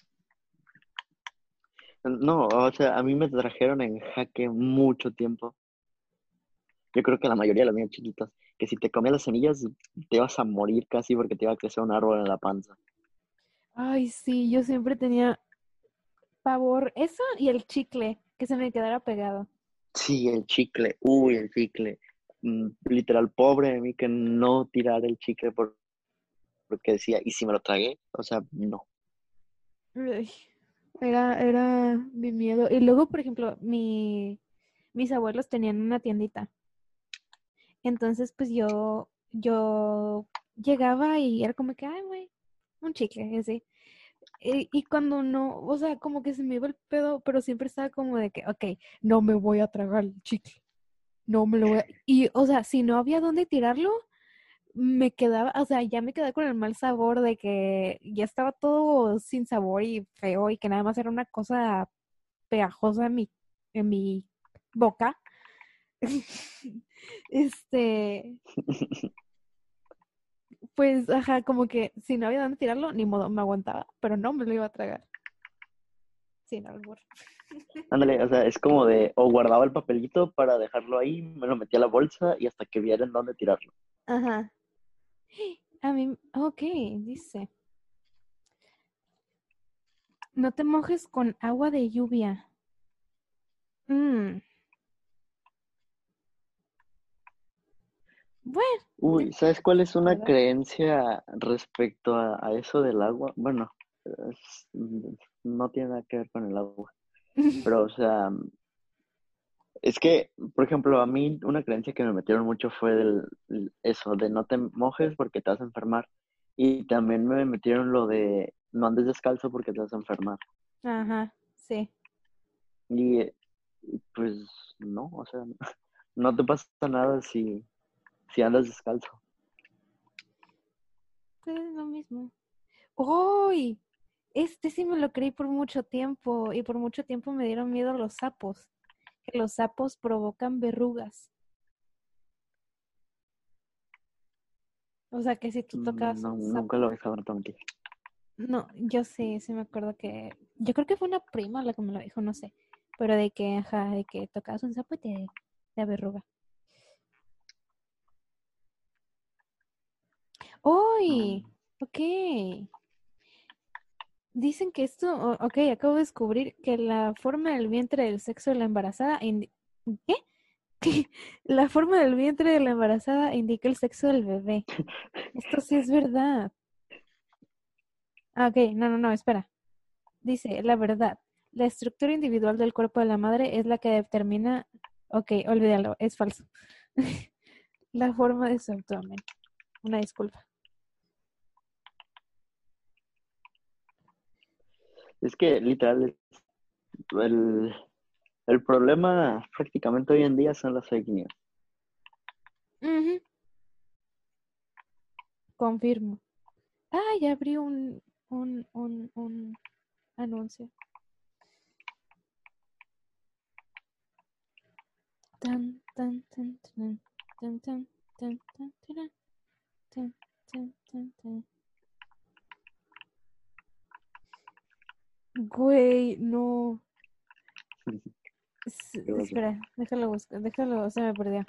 No, o sea, a mí me trajeron en jaque mucho tiempo. Yo creo que la mayoría de los niños chiquitos, que si te comías las semillas te ibas a morir casi porque te iba a crecer un árbol en la panza. Ay, sí, yo siempre tenía pavor. Eso y el chicle, que se me quedara pegado. Sí, el chicle, uy, el chicle. Literal, pobre de mí que no tirar el chicle porque decía, ¿y si me lo tragué? O sea, no. Uy, era mi miedo. Y luego, por ejemplo, mis abuelos tenían una tiendita. Entonces, pues yo llegaba y era como que, ay, güey, un chicle, y así. Y cuando no, o sea, como que se me iba el pedo, pero siempre estaba como de que, ok, no me voy a tragar el chicle, no me lo voy a... Y, o sea, si no había dónde tirarlo, me quedaba, o sea, ya me quedé con el mal sabor de que ya estaba todo sin sabor y feo y que nada más era una cosa pegajosa en mi boca. Este, pues, ajá, como que si no había dónde tirarlo, ni modo, me aguantaba, pero no me lo iba a tragar. Sin albur. Ándale, o sea, es como de, o guardaba el papelito para dejarlo ahí, me lo metía a la bolsa y hasta que vieran dónde tirarlo. Ajá. A mí, ok, dice, no te mojes con agua de lluvia. Mm, bueno, Uy, ¿sabes cuál es una ¿verdad? creencia respecto a eso del agua? Bueno, no tiene nada que ver con el agua, pero, o sea, es que, por ejemplo, a mí una creencia que me metieron mucho fue eso, de no te mojes porque te vas a enfermar. Y también me metieron lo de no andes descalzo porque te vas a enfermar. Ajá, sí. Y, pues no, o sea, no te pasa nada si andas descalzo. Pues es lo mismo. ¡Uy! Este sí me lo creí por mucho tiempo y por mucho tiempo me dieron miedo los sapos, que los sapos provocan verrugas. O sea, que si tú tocas No, un nunca sapo, lo he saber mentir. no, yo sí me acuerdo yo creo que fue una prima la que me lo dijo, no sé, pero de que, ajá, de que tocabas un sapo y te verruga. No. ¡Uy! Ok. Dicen que ok, acabo de descubrir que la forma del vientre del sexo de la embarazada, ¿qué? La forma del vientre de la embarazada indica el sexo del bebé. Esto sí es verdad. Ah, ok, no, espera. Dice, la verdad, la estructura individual del cuerpo de la madre es la que determina, ok, olvídalo, es falso. La forma de su abdomen. Una disculpa. Es que literal, el, el problema prácticamente hoy en día son las fake news. Ujú, confirmo. Ah, ya abrí un anuncio. Tan, tan, tan, tan, tan, tan, tan, tan, tan, tan, tan, tan, tan. Güey, no. ¿Qué pasó? Espera, déjalo buscar, déjalo, se me perdió.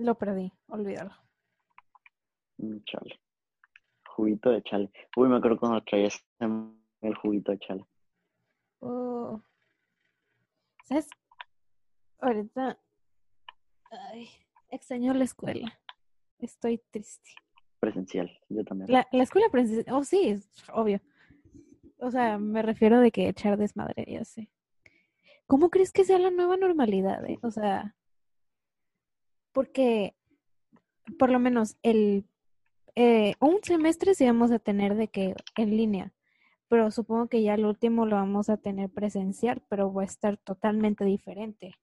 Lo perdí, olvídalo. Chale. Juguito de chale. Uy, me acuerdo cuando traías el juguito de chale. Oh, ¿sabes? Ahorita, ay, extraño la escuela. Estoy triste. Presencial, yo también. La escuela presencial, oh sí, es obvio. O sea, me refiero de que echar desmadre, ya sé. ¿Cómo crees que sea la nueva normalidad, Sí, O sí. sea, porque por lo menos un semestre sí vamos a tener de que en línea, pero supongo que ya el último lo vamos a tener presencial, pero va a estar totalmente diferente.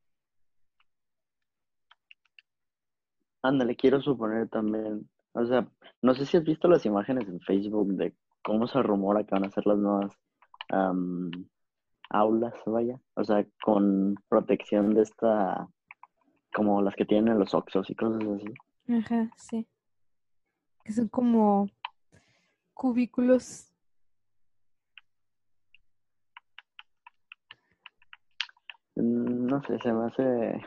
Ándale, quiero suponer también. O sea, no sé si has visto las imágenes en Facebook de cómo se rumora que van a ser las nuevas am, aulas, vaya. O sea, con protección de esta, como las que tienen en los Oxxos y cosas así. Ajá, sí. Que son como cubículos. No sé, se me hace.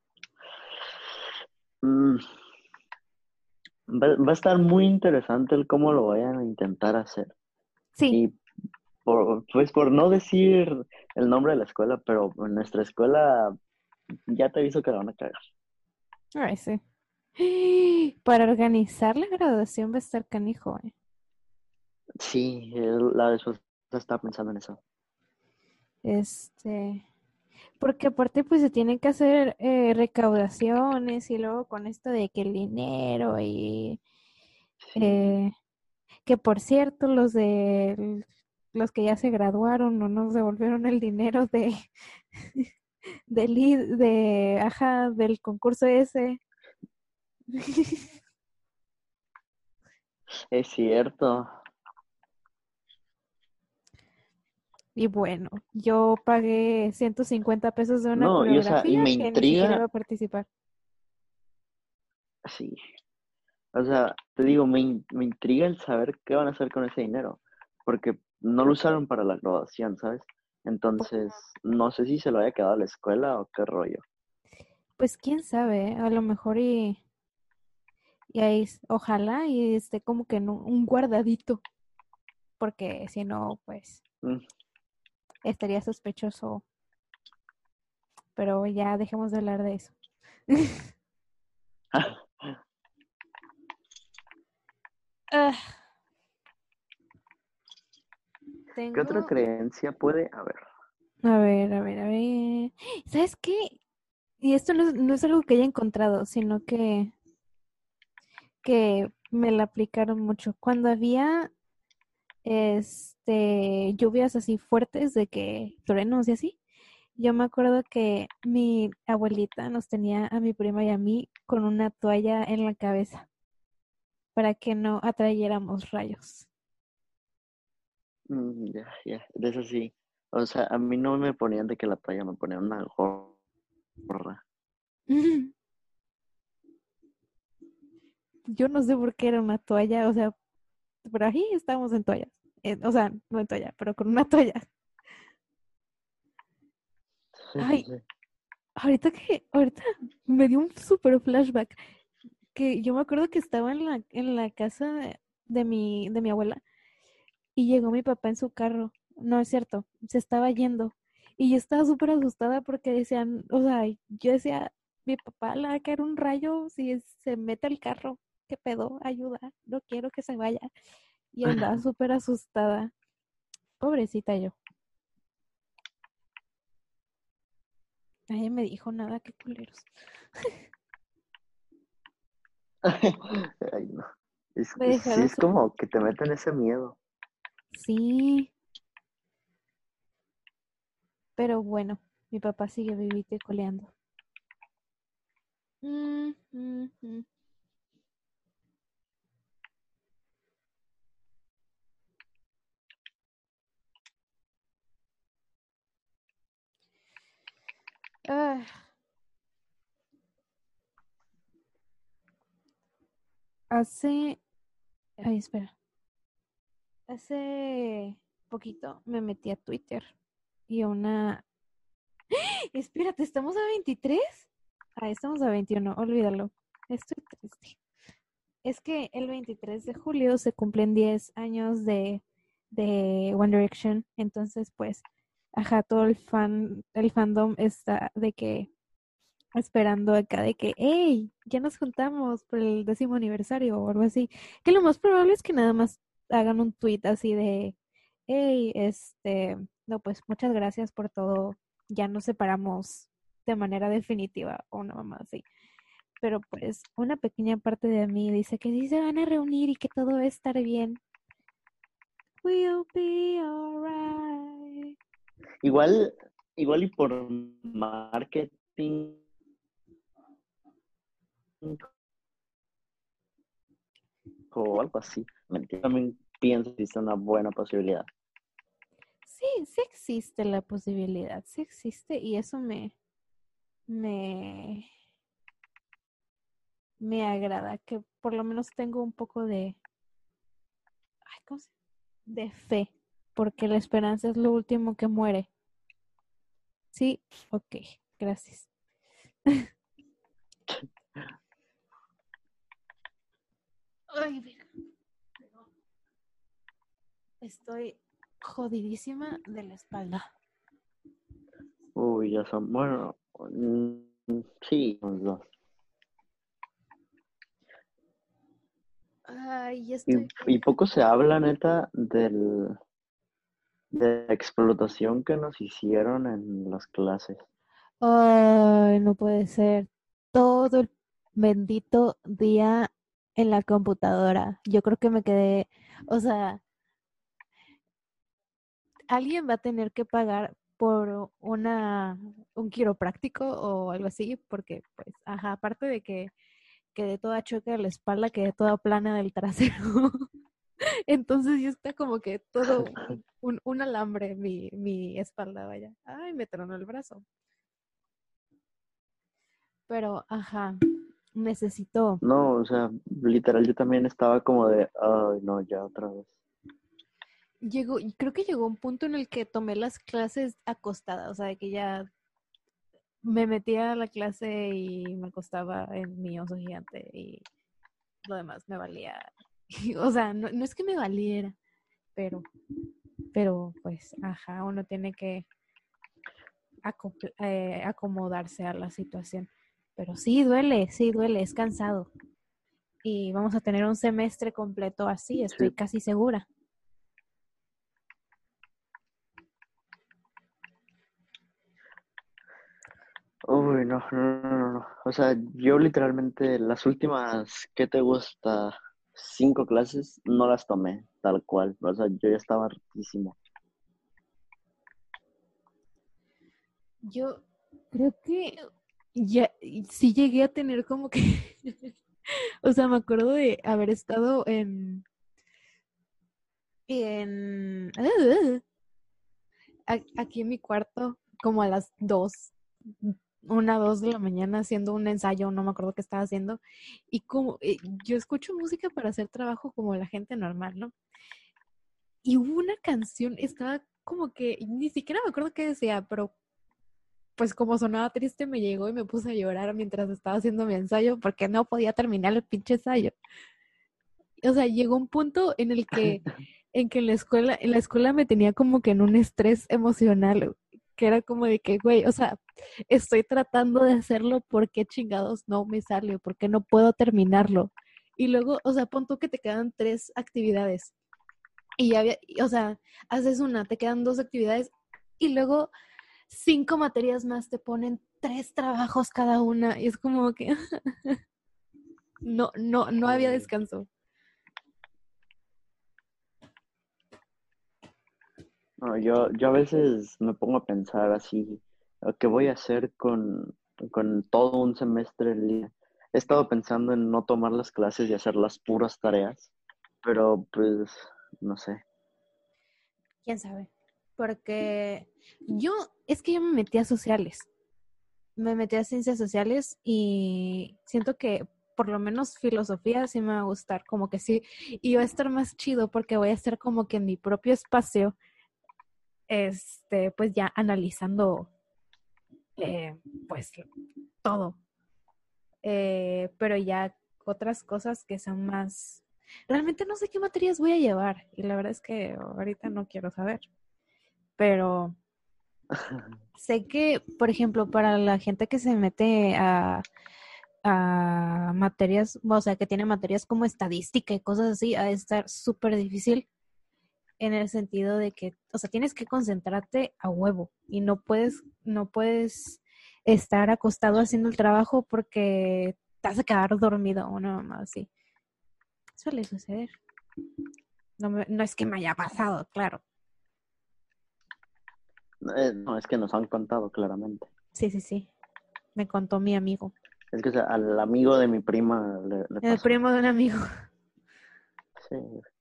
mm, va a estar muy interesante el cómo lo vayan a intentar hacer. Sí, Y pues por no decir el nombre de la escuela, pero en nuestra escuela ya te aviso que la van a cagar. ay, sí. Para organizar la graduación va a estar canijo, eh. Sí, la después estaba pensando en eso. Este, porque aparte pues se tienen que hacer recaudaciones y luego con esto de que el dinero y Sí. eh, que por cierto los que ya se graduaron no nos devolvieron el dinero del concurso ese. Es cierto. Y bueno, yo pagué 150 pesos de una No, y o sea, y coreografía me que ni siquiera iba intriga, a participar. sí. O sea, te digo, me intriga el saber qué van a hacer con ese dinero, porque no lo usaron para la graduación, ¿sabes? Entonces, no sé si se lo haya quedado a la escuela o qué rollo. Pues quién sabe, a lo mejor y ahí, ojalá y esté como que en un guardadito, porque si no, pues Mm. estaría sospechoso, pero ya dejemos de hablar de eso. Ah, ¿Qué otra tengo, creencia puede haber? a ver. ¿Sabes qué? Y esto no es algo que haya encontrado, sino que me la aplicaron mucho. Cuando había lluvias así fuertes de que truenos y así, yo me acuerdo que mi abuelita nos tenía a mi prima y a mí con una toalla en la cabeza para que no atrayéramos rayos. Ya, ya, de eso sí. O sea, a mí no me ponían de que la toalla, me ponían una gorra. Yo no sé por qué era una toalla, o sea, pero ahí estábamos en toallas. O sea, no en toalla, pero con una toalla. Sí, sí, Ay, sí. ahorita me dio un super flashback que yo me acuerdo que estaba en la casa de mi abuela y llegó mi papá en su carro. No es cierto, se estaba yendo. Y yo estaba súper asustada porque decían, o sea, yo decía, mi papá le va a caer un rayo si se mete al carro. ¿Qué pedo? Ayuda, no quiero que se vaya. Y andaba súper asustada. Pobrecita yo. Nadie me dijo nada, qué culeros. Ay, no. Es, Me sí, dejaron es súper. como que te meten ese miedo. Sí, pero bueno, mi papá sigue vivito y coleando. Mm, mm, mm. Ah, hace. Ay, espera. Hace poquito me metí a Twitter y una... Espérate, ¿estamos a 23? Ah, estamos a 21, olvídalo. Estoy triste. Es que el 23 de julio se cumplen 10 años de One Direction. Entonces, pues, ajá, todo el fandom está de que esperando acá de que, hey, ya nos juntamos por el 10º aniversario o algo así. Que lo más probable es que nada más hagan un tweet así de, hey, no, pues muchas gracias por todo. Ya nos separamos de manera definitiva o una mamá así. Pero pues una pequeña parte de mí dice que sí se van a reunir y que todo va a estar bien. We'll be alright. Igual y por marketing o algo así. Mentira, también pienso que es una buena posibilidad. Sí, sí existe la posibilidad, sí existe y eso me, me agrada, que por lo menos tengo un poco ay, de fe, porque la esperanza es lo último que muere. Sí, ok, gracias. Ay, mira, estoy jodidísima de la espalda. Uy, ya son, bueno, sí, los dos. Ay, ya Y, estoy. y poco se habla, neta, de la explotación que nos hicieron en las clases. Ay, no puede ser. Todo el bendito día en la computadora. Yo creo que me quedé, o sea, alguien va a tener que pagar por un quiropráctico o algo así, porque pues, ajá, aparte de que quedé toda choca de la espalda, quedé toda plana del trasero. Entonces ya está como que todo un alambre mi espalda, vaya. Ay, me tronó el brazo. Pero, ajá, necesito. No, o sea, literal yo también estaba como de, ay, no, ya otra vez. Creo que llegó un punto en el que tomé las clases acostada, o sea, de que ya me metía a la clase y me acostaba en mi oso gigante y lo demás me valía. O sea, no es que me valiera, pero, pero pues, ajá, uno tiene que acomodarse a la situación. Pero sí duele, es cansado. Y vamos a tener un semestre completo así, estoy Sí. casi segura. Uy, no, no, no, no, no. O sea, yo literalmente las últimas, ¿qué te gusta? 5 clases, no las tomé tal cual. O sea, yo ya estaba hartísimo. Yo creo que ya sí llegué a tener como que, o sea, me acuerdo de haber estado en aquí en mi cuarto como a las 2 de la mañana haciendo un ensayo, no me acuerdo qué estaba haciendo, y como yo escucho música para hacer trabajo como la gente normal, ¿no? Y hubo una canción, estaba como que, ni siquiera me acuerdo qué decía, pero pues como sonaba triste me llegó y me puse a llorar mientras estaba haciendo mi ensayo porque no podía terminar el pinche ensayo. O sea, llegó un punto en que en la escuela me tenía como que en un estrés emocional, que era como de que, güey, o sea, estoy tratando de hacerlo, ¿por qué chingados no me sale? ¿Por qué no puedo terminarlo? Y luego, o sea, pon tú que te quedan 3 actividades y ya había, o sea, haces una, te quedan 2 actividades y luego 5 materias más te ponen 3 trabajos cada una y es como que no había Sí. descanso. No, yo a veces me pongo a pensar así, ¿qué voy a hacer con todo un semestre en línea? He estado pensando en no tomar las clases y hacer las puras tareas, pero pues, no sé. ¿Quién sabe? Porque es que yo me metí a sociales, me metí a ciencias sociales y siento que por lo menos filosofía sí me va a gustar, como que sí, y va a estar más chido porque voy a estar como que en mi propio espacio, pues ya analizando, eh, pues todo. pero ya otras cosas que son más... Realmente no sé qué materias voy a llevar y la verdad es que ahorita no quiero saber, pero sé que, por ejemplo, para la gente que se mete a materias, o sea, que tiene materias como estadística y cosas así, ha de estar súper difícil en el sentido de que, o sea, tienes que concentrarte a huevo y no puedes estar acostado haciendo el trabajo porque te vas a quedar dormido o no, más así. Suele suceder. No es que me haya pasado, claro. No, es que nos han contado claramente. Sí, sí, sí. Me contó mi amigo. Es que o sea, al amigo de mi prima le El pasó. primo de un amigo. Sí.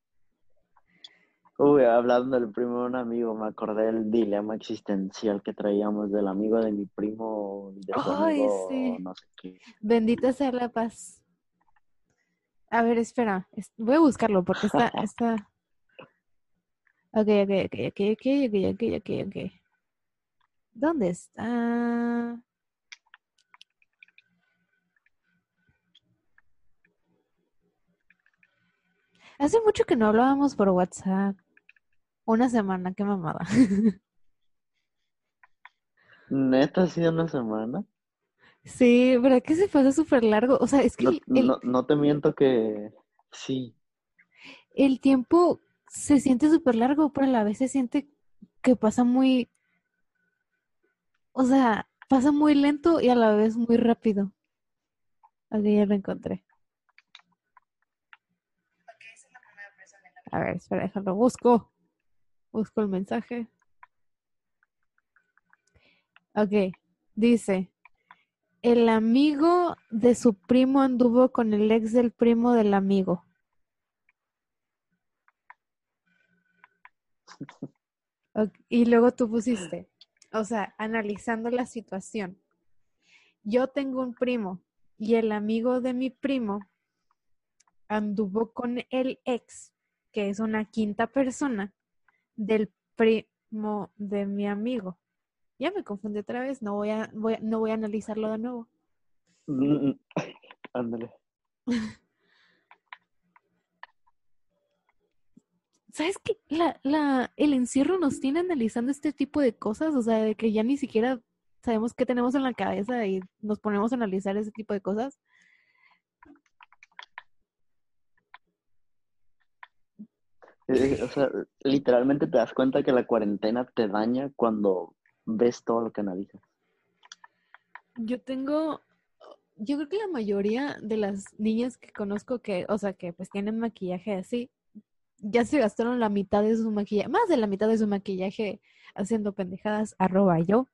Uy, hablando del primo de un amigo, me acordé del dilema existencial que traíamos del amigo de mi primo y de su Ay, amigo, sí. no sé qué. Bendita sea la paz. A ver, espera. Voy a buscarlo porque está. Ok, ok, ok, ok, ok, ok, ok, ok, ok. ¿Dónde está? Hace mucho que no hablábamos por WhatsApp. Una semana, qué mamada. Neta, ha sido una semana. Sí, ¿verdad que se pasa súper largo? O sea, es que No, no, no te miento que sí. el tiempo se siente súper largo, pero a la vez se siente que pasa muy, o sea, pasa muy lento y a la vez muy rápido. Aquí ya lo encontré. A ver, espera, déjalo, busco. Busco el mensaje. Ok, dice, el amigo de su primo anduvo con el ex del primo del amigo. Ok, y luego tú pusiste, o sea, analizando la situación. Yo tengo un primo y el amigo de mi primo anduvo con el ex, que es una quinta persona del primo de mi amigo. Ya me confundí otra vez, no voy a analizarlo de nuevo. Mm, ándale. ¿Sabes qué? El encierro nos tiene analizando este tipo de cosas, o sea, de que ya ni siquiera sabemos qué tenemos en la cabeza y nos ponemos a analizar ese tipo de cosas. O sea, literalmente te das cuenta que la cuarentena te daña cuando ves todo lo que analizas. Yo tengo, yo creo que la mayoría de las niñas que conozco que, o sea, que pues tienen maquillaje así, ya se gastaron la mitad de su maquillaje, más de la mitad de su maquillaje haciendo pendejadas, @yo.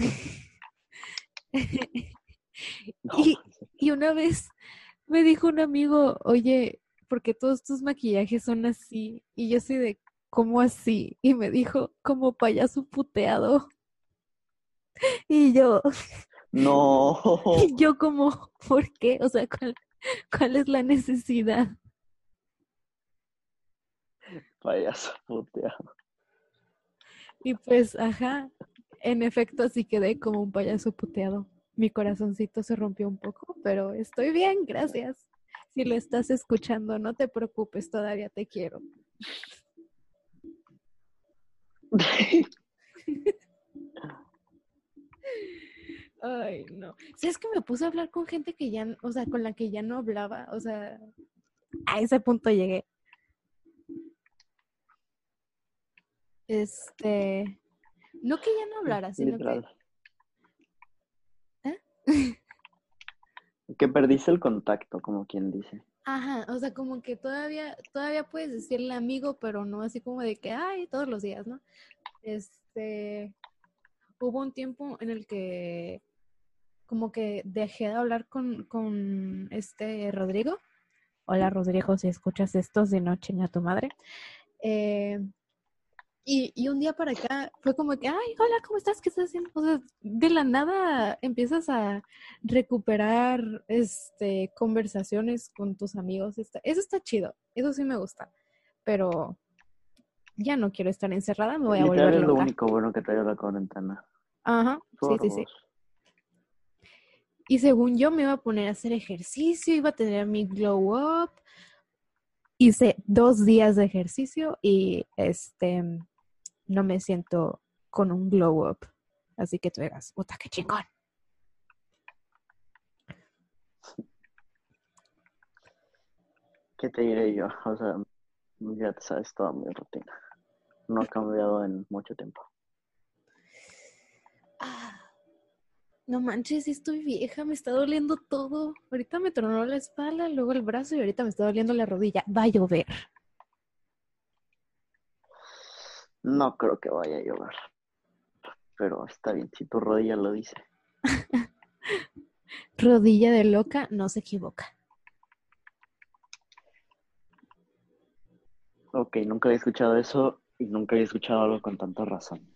No, Y, y una vez me dijo un amigo, oye, ¿por qué todos tus maquillajes son así? Y yo así de, ¿cómo así? Y me dijo, como payaso puteado. Y yo, no, y yo como, ¿por qué? O sea, ¿cuál es la necesidad? payaso puteado. Y pues, ajá, en efecto, así quedé como un payaso puteado. Mi corazoncito se rompió un poco, pero estoy bien, gracias. Si lo estás escuchando, no te preocupes, todavía te quiero. Ay, no. ¿Sabes que me puse a hablar con gente que ya, o sea, con la que ya no hablaba? O sea, a ese punto llegué. No que ya no hablara, sino que, Literal. ¿eh? Que perdiste el contacto, como quien dice. Ajá, o sea, como que todavía puedes decirle amigo, pero no así como de que, ay, todos los días, ¿no? Este, Hubo un tiempo en el que como que dejé de hablar con este Rodrigo. Hola Rodrigo, si escuchas esto, si no, chinga tu madre. Eh, y un día para acá fue como que, ay, hola, ¿cómo estás? ¿Qué estás haciendo? O sea, de la nada empiezas a recuperar conversaciones con tus amigos. Eso está chido, eso sí me gusta. Pero ya no quiero estar encerrada, me voy a Literal volver es lo loca. único bueno que trae la cuarentena. Ajá, sí, Por sí, sí. vos. Y según yo me iba a poner a hacer ejercicio, iba a tener mi glow up. Hice 2 días de ejercicio y no me siento con un glow up. Así que tú digas, puta, qué chingón. ¿Qué te diré yo? O sea, ya te sabes toda mi rutina. No ha cambiado en mucho tiempo. No manches, sí estoy vieja, me está doliendo todo. Ahorita me tronó la espalda, luego el brazo y ahorita me está doliendo la rodilla. Va a llover. No creo que vaya a llover, pero está bien, si tu rodilla lo dice. Rodilla de loca, no se equivoca. Ok, nunca había escuchado eso y nunca había escuchado algo con tanta razón.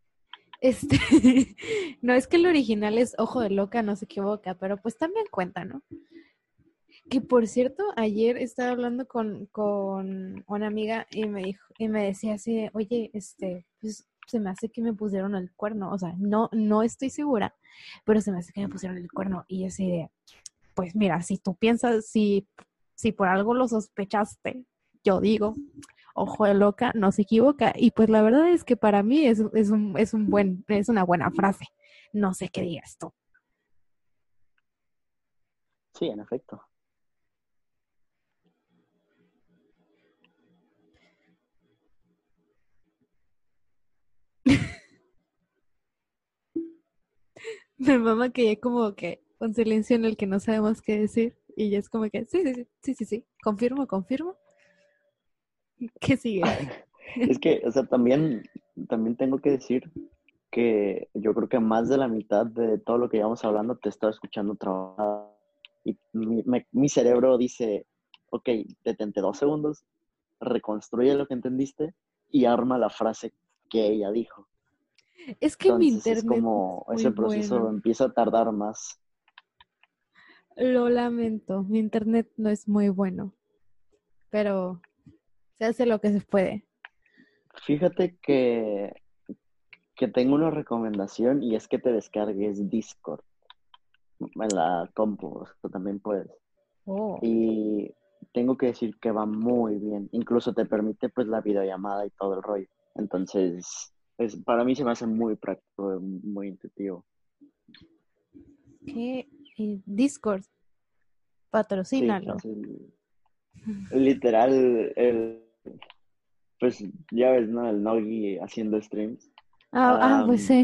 No es que el original es ojo de loca, no se equivoca, pero pues también cuenta, ¿no? Que por cierto, ayer estaba hablando con una amiga y me dijo, y me decía así de, oye, pues se me hace que me pusieron el cuerno. O sea, no estoy segura, pero se me hace que me pusieron el cuerno. Y yo así de, pues mira, si tú piensas, si por algo lo sospechaste, yo digo, ojo de loca, no se equivoca. Y pues la verdad es que para mí es una buena frase. No sé qué digas tú. Sí, en efecto. Mi mamá que ya como que un silencio en el que no sabemos qué decir. Y ya es como que, sí, confirmo. ¿Qué sigue? Es que, o sea, también tengo que decir que yo creo que más de la mitad de todo lo que llevamos hablando te estaba escuchando trabajar y mi cerebro dice, ok, detente 2 segundos, reconstruye lo que entendiste y arma la frase que ella dijo. Es que mi Entonces es internet no es como muy ese proceso bueno. empieza a tardar más. Lo lamento, mi internet no es muy bueno, pero se hace lo que se puede. Fíjate que tengo una recomendación y es que te descargues Discord en la compu, o sea, también puedes. Oh, Y tengo que decir que va muy bien. Incluso te permite pues la videollamada y todo el rollo. Entonces, para mí se me hace muy práctico, muy intuitivo. ¿qué? Discord, Sí, patrocínalo. literal, pues ya ves, ¿no? El Nogi haciendo streams. Pues Am, sí.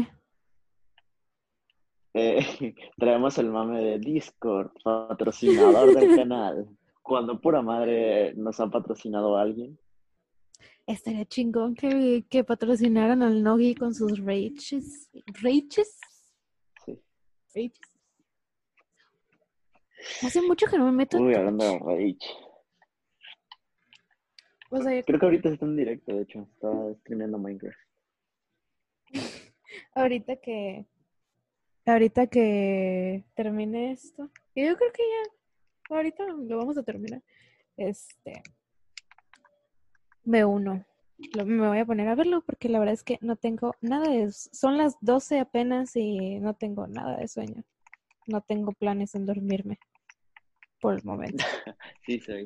eh, traemos el mame de Discord, patrocinador del canal. Cuando pura madre nos ha patrocinado a alguien. Estaría chingón que patrocinaran al Nogi con sus rages. ¿Rages? Sí. ¿Rages? Hace mucho que no me meto a Uy, hablando Twitch. de Rage. O sea, Creo que ahorita está en directo, de hecho. Está streameando Minecraft. ahorita que, ahorita que termine esto, y yo creo que ya, ahorita lo vamos a terminar. Este, me uno. Me voy a poner a verlo porque la verdad es que no tengo nada de... Son las 12 apenas y no tengo nada de sueño. No tengo planes en dormirme por el momento. Sí, soy.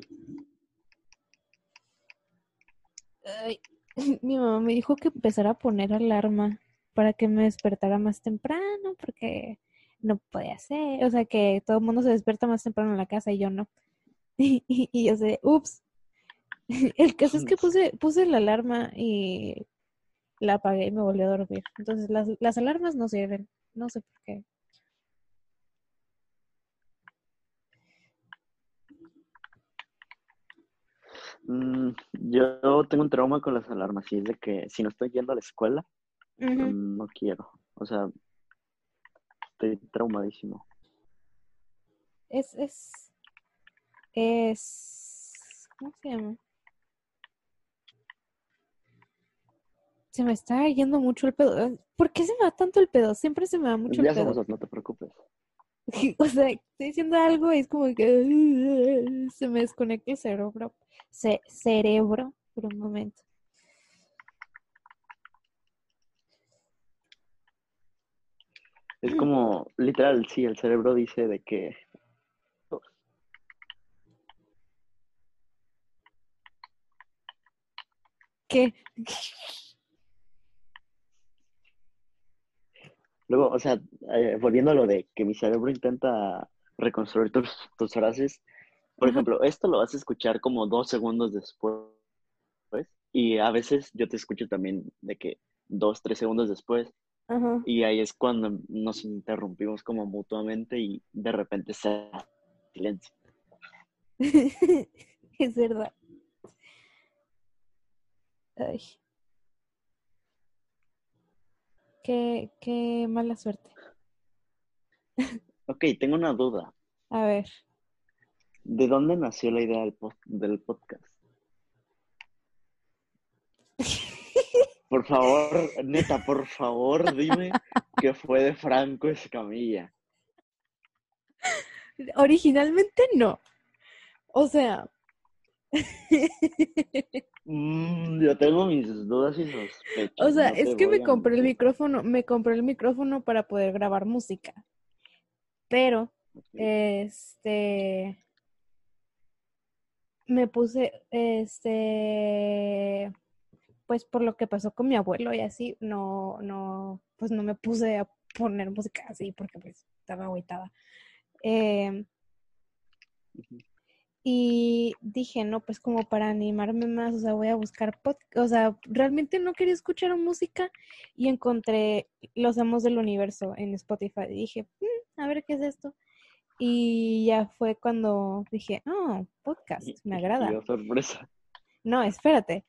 Ay, mi mamá me dijo que empezara a poner alarma para que me despertara más temprano porque no podía ser. O sea, que todo el mundo se despierta más temprano en la casa y yo no. Y yo sé, ups. El caso es que puse la alarma y la apagué y me volví a dormir. Entonces las alarmas no sirven. No sé por qué. Yo tengo un trauma con las alarmas y es de que si no estoy yendo a la escuela, Ujú. no quiero. O sea, estoy traumadísimo. Es, es, ¿cómo se llama? Se me está yendo mucho el pedo. ¿Por qué se me va tanto el pedo? Siempre se me va mucho el Ya somos pedo. dos, no te preocupes. O sea, estoy diciendo algo y es como que se me desconecta el cerebro. Cerebro por un momento. Es como, literal, sí, el cerebro dice de que... ¿Qué? Luego, o sea, volviendo a lo de que mi cerebro intenta reconstruir tus frases, por Ajá, ejemplo, esto lo vas a escuchar como 2 segundos después, y a veces yo te escucho también de que 2, 3 segundos después, ajá. y ahí es cuando nos interrumpimos como mutuamente y de repente se hace silencio. Es verdad. Ay, qué mala suerte. Ok, tengo una duda. A ver. ¿De dónde nació la idea del podcast? Por favor, neta, por favor, dime que fue de Franco Escamilla. Originalmente no. O sea, Yo tengo mis dudas y o sospechas, sea, no te es que voy a mentir. me compré el micrófono para poder grabar música, pero Ok. este me puse pues por lo que pasó con mi abuelo y así, pues no me puse a poner música así porque pues estaba agüitada. Em, Ujú. Y dije, no, pues como para animarme más, o sea, voy a buscar podcast, o sea, realmente no quería escuchar música y encontré Los Amos del Universo en Spotify. Y dije, a ver qué es esto. Y ya fue cuando dije, oh, podcast, me Y agrada. oh, sorpresa. No, espérate.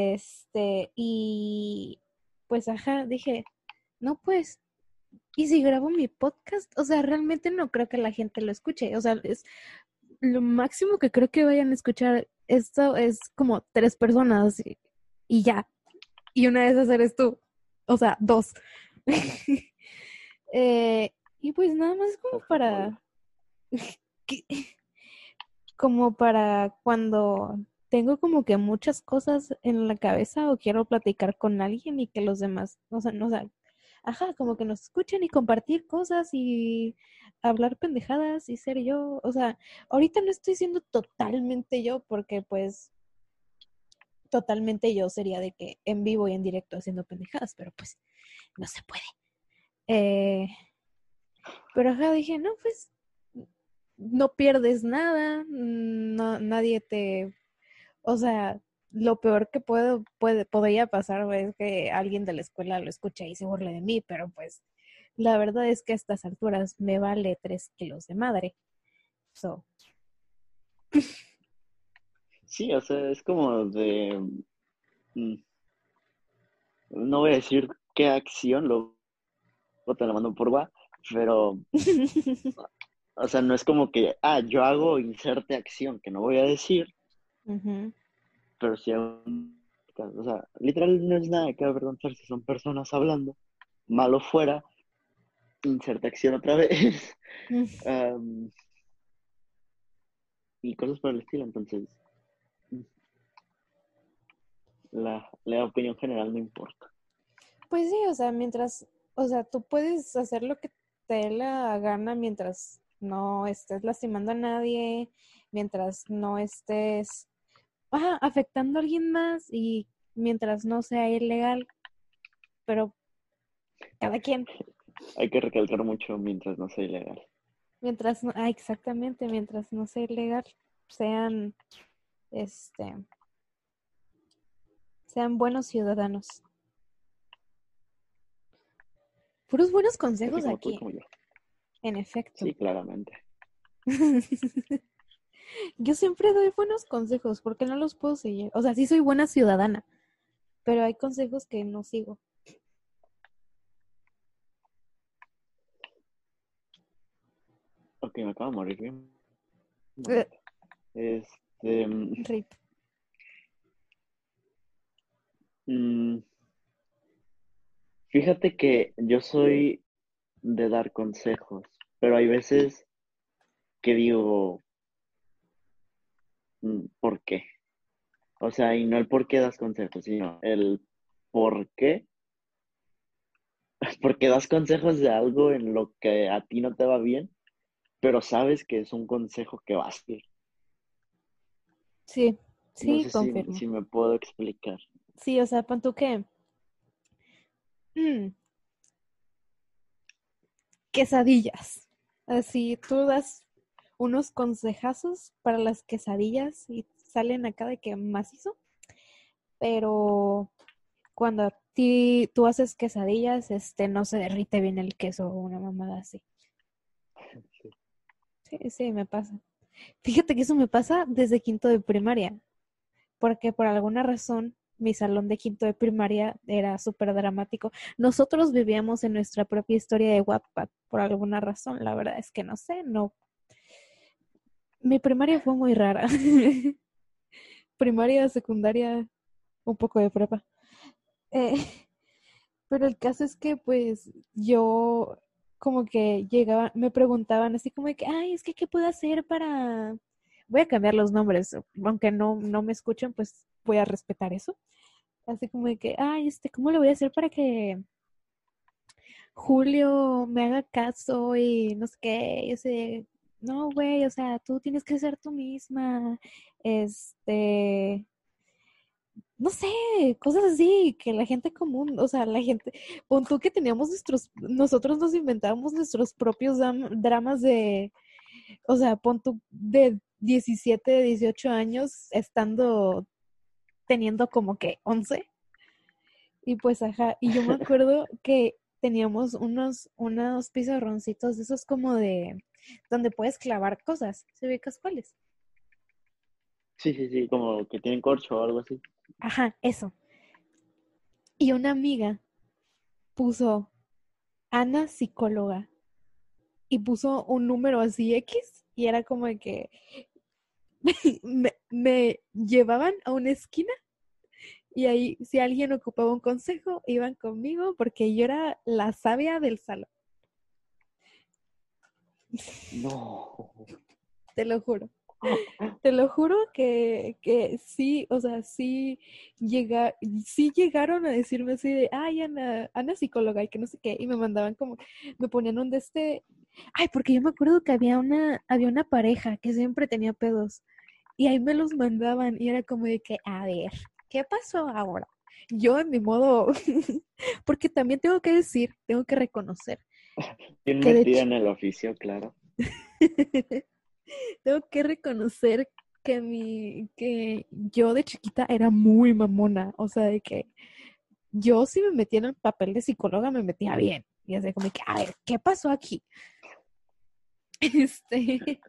Y pues ajá, dije, no, pues, ¿y si grabo mi podcast? O sea, realmente no creo que la gente lo escuche. O sea, es lo máximo que creo que vayan a escuchar esto es como 3 personas y ya. Y una de esas eres tú. O sea, dos. Y pues nada más como Hola. que- como para cuando tengo como que muchas cosas en la cabeza o quiero platicar con alguien y que los demás, o sea, no, o sea, ajá, como que nos escuchen y compartir cosas y hablar pendejadas y ser yo, o sea, ahorita no estoy siendo totalmente yo porque pues totalmente yo sería de que en vivo y en directo haciendo pendejadas, pero pues no se puede. Eh, pero ajá, dije, no, pues no pierdes nada, no, nadie te. O sea, lo peor que podría pasar es que alguien de la escuela lo escuche y se burle de mí, pero pues la verdad es que a estas alturas me vale 3 kilos de madre. So, Sí, o sea, es como de... mm, No voy a decir qué acción, luego te la mando por va, pero, o sea, no es como que, yo hago inserte acción, que no voy a decir, Ujú. pero sí hago o sea, literal no es nada que avergonzarse, son personas hablando, malo fuera, inserte acción otra vez, am, y cosas por el estilo, entonces, mm, la opinión general no importa. Pues sí, o sea, o sea, tú puedes hacer lo que te dé la gana mientras no estés lastimando a nadie, mientras no estés, afectando a alguien más y mientras no sea ilegal, pero cada quien. Hay que recalcar mucho mientras no sea ilegal. Mientras no, exactamente, mientras no sea ilegal, sean, este, sean buenos ciudadanos. Puros buenos Casi consejos como tú y aquí, como yo. en efecto. Sí, claramente. Yo siempre doy buenos consejos porque no los puedo seguir. O sea, sí soy buena ciudadana, pero hay consejos que no sigo. Ok, me acabo de morir bien. Un Eh, momento. Este, Rip. mm, fíjate que yo soy de dar consejos, pero hay veces que digo, ¿por qué? O sea, y no el por qué das consejos, sino el por qué porque das consejos de algo en lo que a ti no te va bien, pero sabes que es un consejo que va a seguir. Sí, No sí, sé confirmo. si me puedo explicar. Sí, o sea, pon tú que mm, quesadillas. Así, tú das unos consejazos para las quesadillas y salen acá de que macizo, pero cuando a ti tú haces quesadillas, no se derrite bien el queso o una mamada así. Sí, sí, me pasa. Fíjate que eso me pasa desde quinto de primaria, porque por alguna razón mi salón de quinto de primaria era súper dramático. Nosotros vivíamos en nuestra propia historia de Wattpad, por alguna razón. La verdad es que no sé, no. Mi primaria fue muy rara. Primaria, secundaria, un poco de prepa. Eh, pero el caso es que pues yo como que llegaba, me preguntaban así como de que, ay, es que ¿qué puedo hacer para... Voy a cambiar los nombres, aunque no me escuchen, pues voy a respetar eso. Así como de que, ay, ¿cómo le voy a hacer para que Julio me haga caso y no sé qué? Y así, no, güey, o sea, tú tienes que ser tú misma. Este, no sé, cosas así, que la gente común, o sea, la gente, pon tú que teníamos nosotros nos inventábamos nuestros propios dramas de, o sea, pon tú de 17 18 años, teniendo como que 11. Y pues, ajá, y yo me acuerdo que teníamos unos pizarroncitos de esos como de, donde puedes clavar cosas, ¿se ubicas cuáles? Sí, sí, sí, como que tienen corcho o algo así. Ajá, eso. Y una amiga puso Ana psicóloga y puso un número así X y era como de que me llevaban a una esquina y ahí si alguien ocupaba un consejo iban conmigo porque yo era la sabia del salón, No. te lo juro. Te lo juro que sí, o sea, sí llegaron a decirme así de, ay, Ana psicóloga y que no sé qué, y me mandaban como, me ponían ay, porque yo me acuerdo que había una pareja que siempre tenía pedos, y ahí me los mandaban, y era como de que, a ver, ¿qué pasó ahora? Yo en mi modo, porque también tengo que reconocer Bien que de metida hecho, en el oficio, claro. tengo que reconocer que yo de chiquita era muy mamona, o sea, de que yo si me metía en el papel de psicóloga me metía bien. Y así como que, a ver, ¿qué pasó aquí? Este,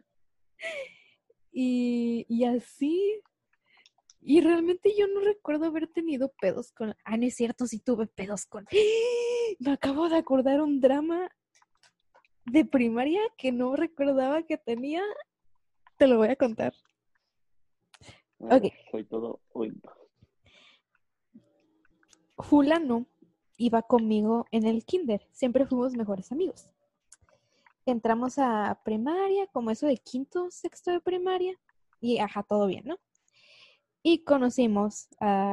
y así, y realmente yo no recuerdo haber tenido pedos con, no es cierto, sí tuve pedos con, me acabo de acordar un drama de primaria que no recordaba que tenía, te lo voy a contar. A Ok, ver, soy todo oído. fulano iba conmigo en el kinder, siempre fuimos mejores amigos. Entramos a primaria, como eso de quinto, sexto de primaria, y ajá, todo bien, ¿no? Y conocimos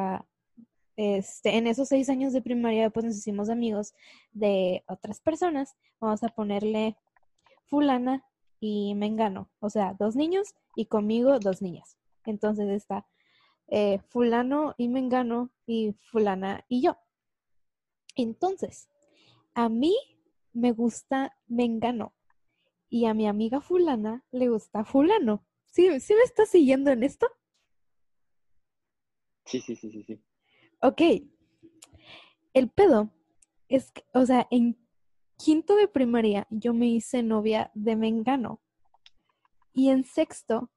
en esos 6 años de primaria, pues nos hicimos amigos de otras personas. Vamos a ponerle fulana y mengano, o sea, 2 niños y conmigo 2 niñas. Entonces está fulano y mengano y fulana y yo. Entonces, a mí me gusta mengano y a mi amiga fulana le gusta fulano. ¿Sí, sí me estás siguiendo en esto? Sí, sí, sí, sí, sí. Ok, el pedo es que, o sea, en quinto de primaria yo me hice novia de Mengano y en sexto,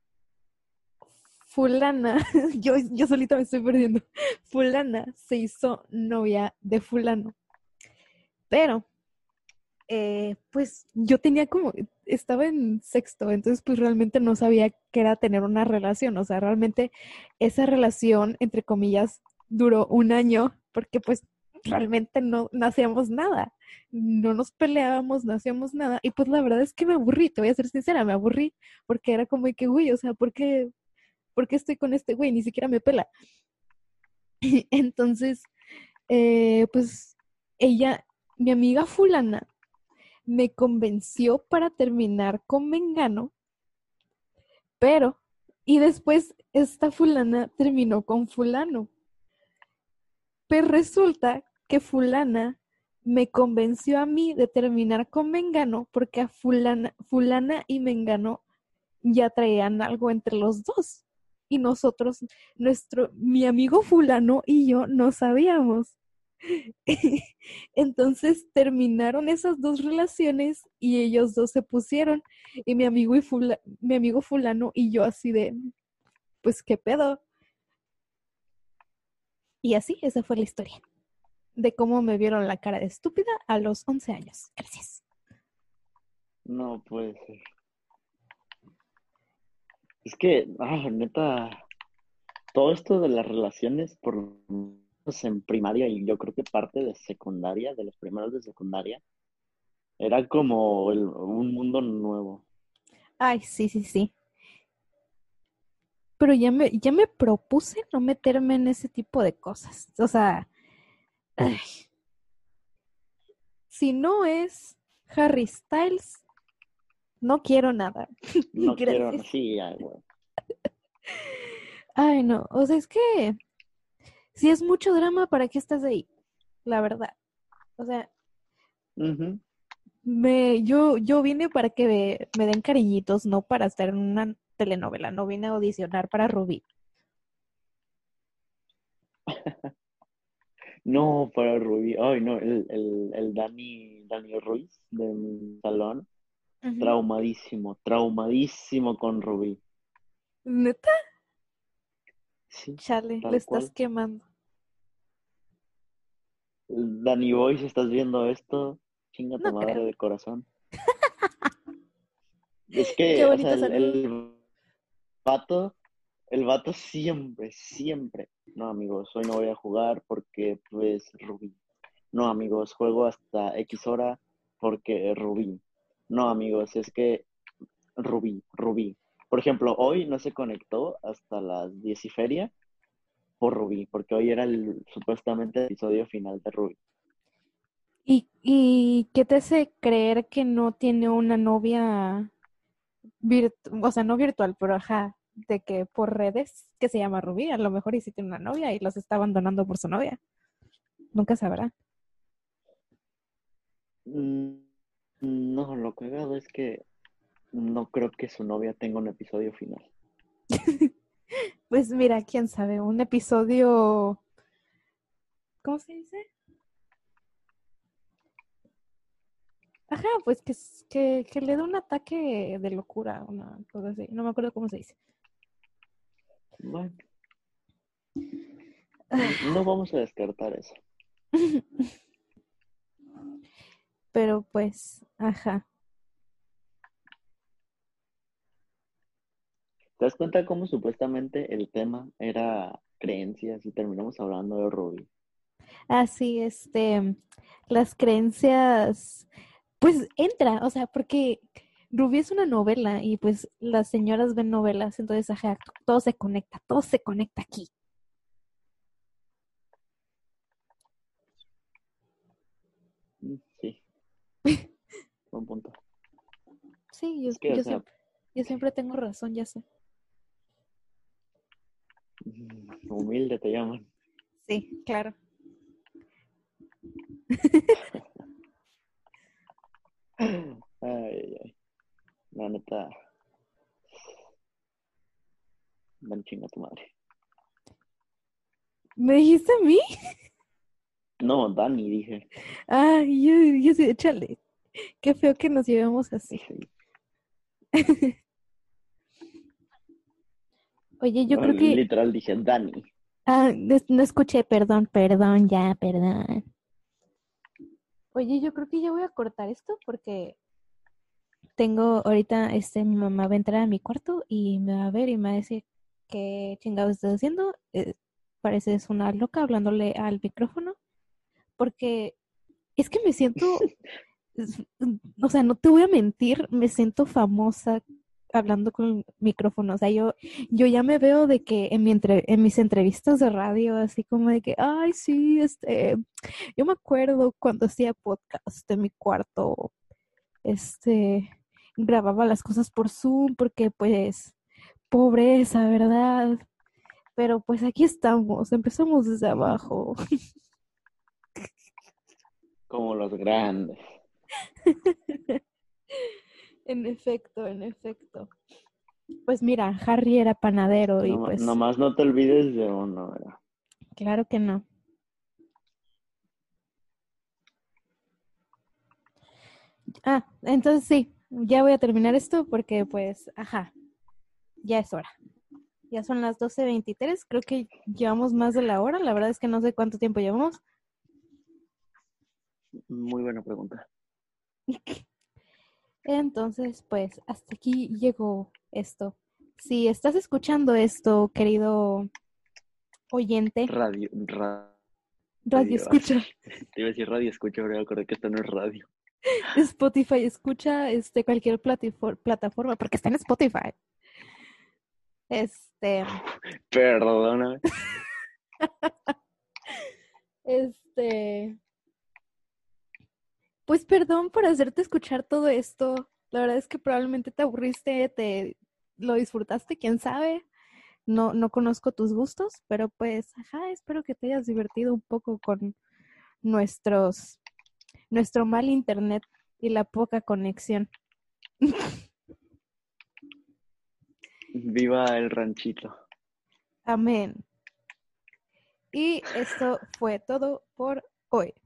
fulana, yo solita me estoy perdiendo, fulana se hizo novia de fulano, pero pues yo tenía estaba en sexto, entonces pues realmente no sabía qué era tener una relación, o sea, realmente esa relación, entre comillas, duró un año porque pues realmente no hacíamos nada, no nos peleábamos, no hacíamos nada y pues la verdad es que me aburrí, te voy a ser sincera, me aburrí porque era como de que, güey, o sea, por qué estoy con este güey? Ni siquiera me pela. Entonces, pues ella mi amiga fulana me convenció para terminar con Mengano, pero, y después esta fulana terminó con fulano. Pero resulta que fulana me convenció a mí de terminar con Mengano porque a fulana y Mengano ya traían algo entre los dos. Y nosotros, mi amigo fulano y yo no sabíamos. Entonces terminaron esas dos relaciones y ellos dos se pusieron. Y mi amigo fulano y yo así de, pues qué pedo. Y así, esa fue la historia de cómo me vieron la cara de estúpida a los 11 años. Gracias. No puede ser. Es que, neta, todo esto de las relaciones, por lo menos en primaria y yo creo que parte de secundaria, de los primeros de secundaria, era como un mundo nuevo. Ay, sí, sí, sí. Pero ya me propuse no meterme en ese tipo de cosas. O sea, ay, si no es Harry Styles, no quiero nada. No quiero, Gracias. sí, güey. Ay, no. O sea, es que si es mucho drama, ¿para qué estás ahí? La verdad. O sea, Ujú. yo vine para que me den cariñitos, no para estar en una telenovela. No vine a audicionar para Rubí. No, para Rubí. Ay, no, el Dani Ruiz de mi salón, Ujú. traumadísimo con Rubí. ¿Neta? Sí, Chale, le tal estás cual. quemando. Dani Boy, si estás viendo esto, chinga tu No madre creo. de corazón. Es Qué que, o sea, bonito saludo. vato, el vato siempre, siempre. No, amigos, hoy no voy a jugar porque, pues, Rubí. No, amigos, juego hasta X hora porque Rubí. No, amigos, es que Rubí. Por ejemplo, hoy no se conectó hasta las 10 y feria por Rubí, porque hoy era supuestamente el episodio final de Rubí. ¿Y qué te hace creer que no tiene una novia o sea, no virtual, pero ajá, de que por redes, que se llama Rubí, a lo mejor y sí tiene una novia y los está abandonando por su novia? Nunca sabrá. Mm, No, lo cagado es que no creo que su novia tenga un episodio final. Pues mira, quién sabe, un episodio, ¿cómo se dice? Ajá, pues que le dé un ataque de locura, una cosa así. No me acuerdo cómo se dice. Bueno, no vamos a descartar eso. Pero pues, ajá. ¿Te das cuenta cómo supuestamente el tema era creencias y terminamos hablando de Rubí? Así, las creencias, pues entra, o sea, porque Rubí es una novela y pues las señoras ven novelas, entonces, ajá, todo se conecta aquí. Sí, buen punto. Sí, Es que, o sea, yo siempre tengo razón, ya sé. humilde te llaman. Sí, claro. Ay, ay, ay. La neta, dan chinga tu madre. ¿Me dijiste a mí? No, Dani, dije. Ay, yo sí, échale. Qué feo que nos llevemos así. Sí. Oye, yo No, creo que, literal dije Dani. no escuché, perdón, ya, perdón. Oye, yo creo que ya voy a cortar esto porque tengo ahorita, mi mamá va a entrar a mi cuarto y me va a ver y me va a decir qué chingado estás haciendo. Pareces una loca hablándole al micrófono porque es que me siento, o sea, no te voy a mentir, me siento famosa hablando con micrófono. O sea, yo ya me veo de que en mis entrevistas de radio, así como de que, ay, sí, yo me acuerdo cuando hacía podcast en mi cuarto, grababa las cosas por Zoom porque pues pobreza, ¿verdad? Pero pues aquí estamos, empezamos desde abajo. Como los grandes. En efecto, en efecto. Pues mira, Harry era panadero y pues Nomás no te olvides de uno, ¿verdad? claro que no. Ah, entonces sí, ya voy a terminar esto porque pues, ajá, ya es hora. Ya son las 12:23, creo que llevamos más de la hora, la verdad es que no sé cuánto tiempo llevamos. Muy buena pregunta. Entonces, pues hasta aquí llegó esto. Si estás escuchando esto, querido oyente, Radio. radio escucha, Te iba a decir radio escucha, pero me acordé que esto no es radio. Spotify escucha, cualquier plataforma, porque está en Spotify. Este, Perdóname. este, pues perdón por hacerte escuchar todo esto. La verdad es que probablemente te aburriste, te lo disfrutaste, quién sabe. No conozco tus gustos, pero pues, ajá, espero que te hayas divertido un poco con nuestro mal internet y la poca conexión. Viva el ranchito. Amén. Y esto fue todo por hoy.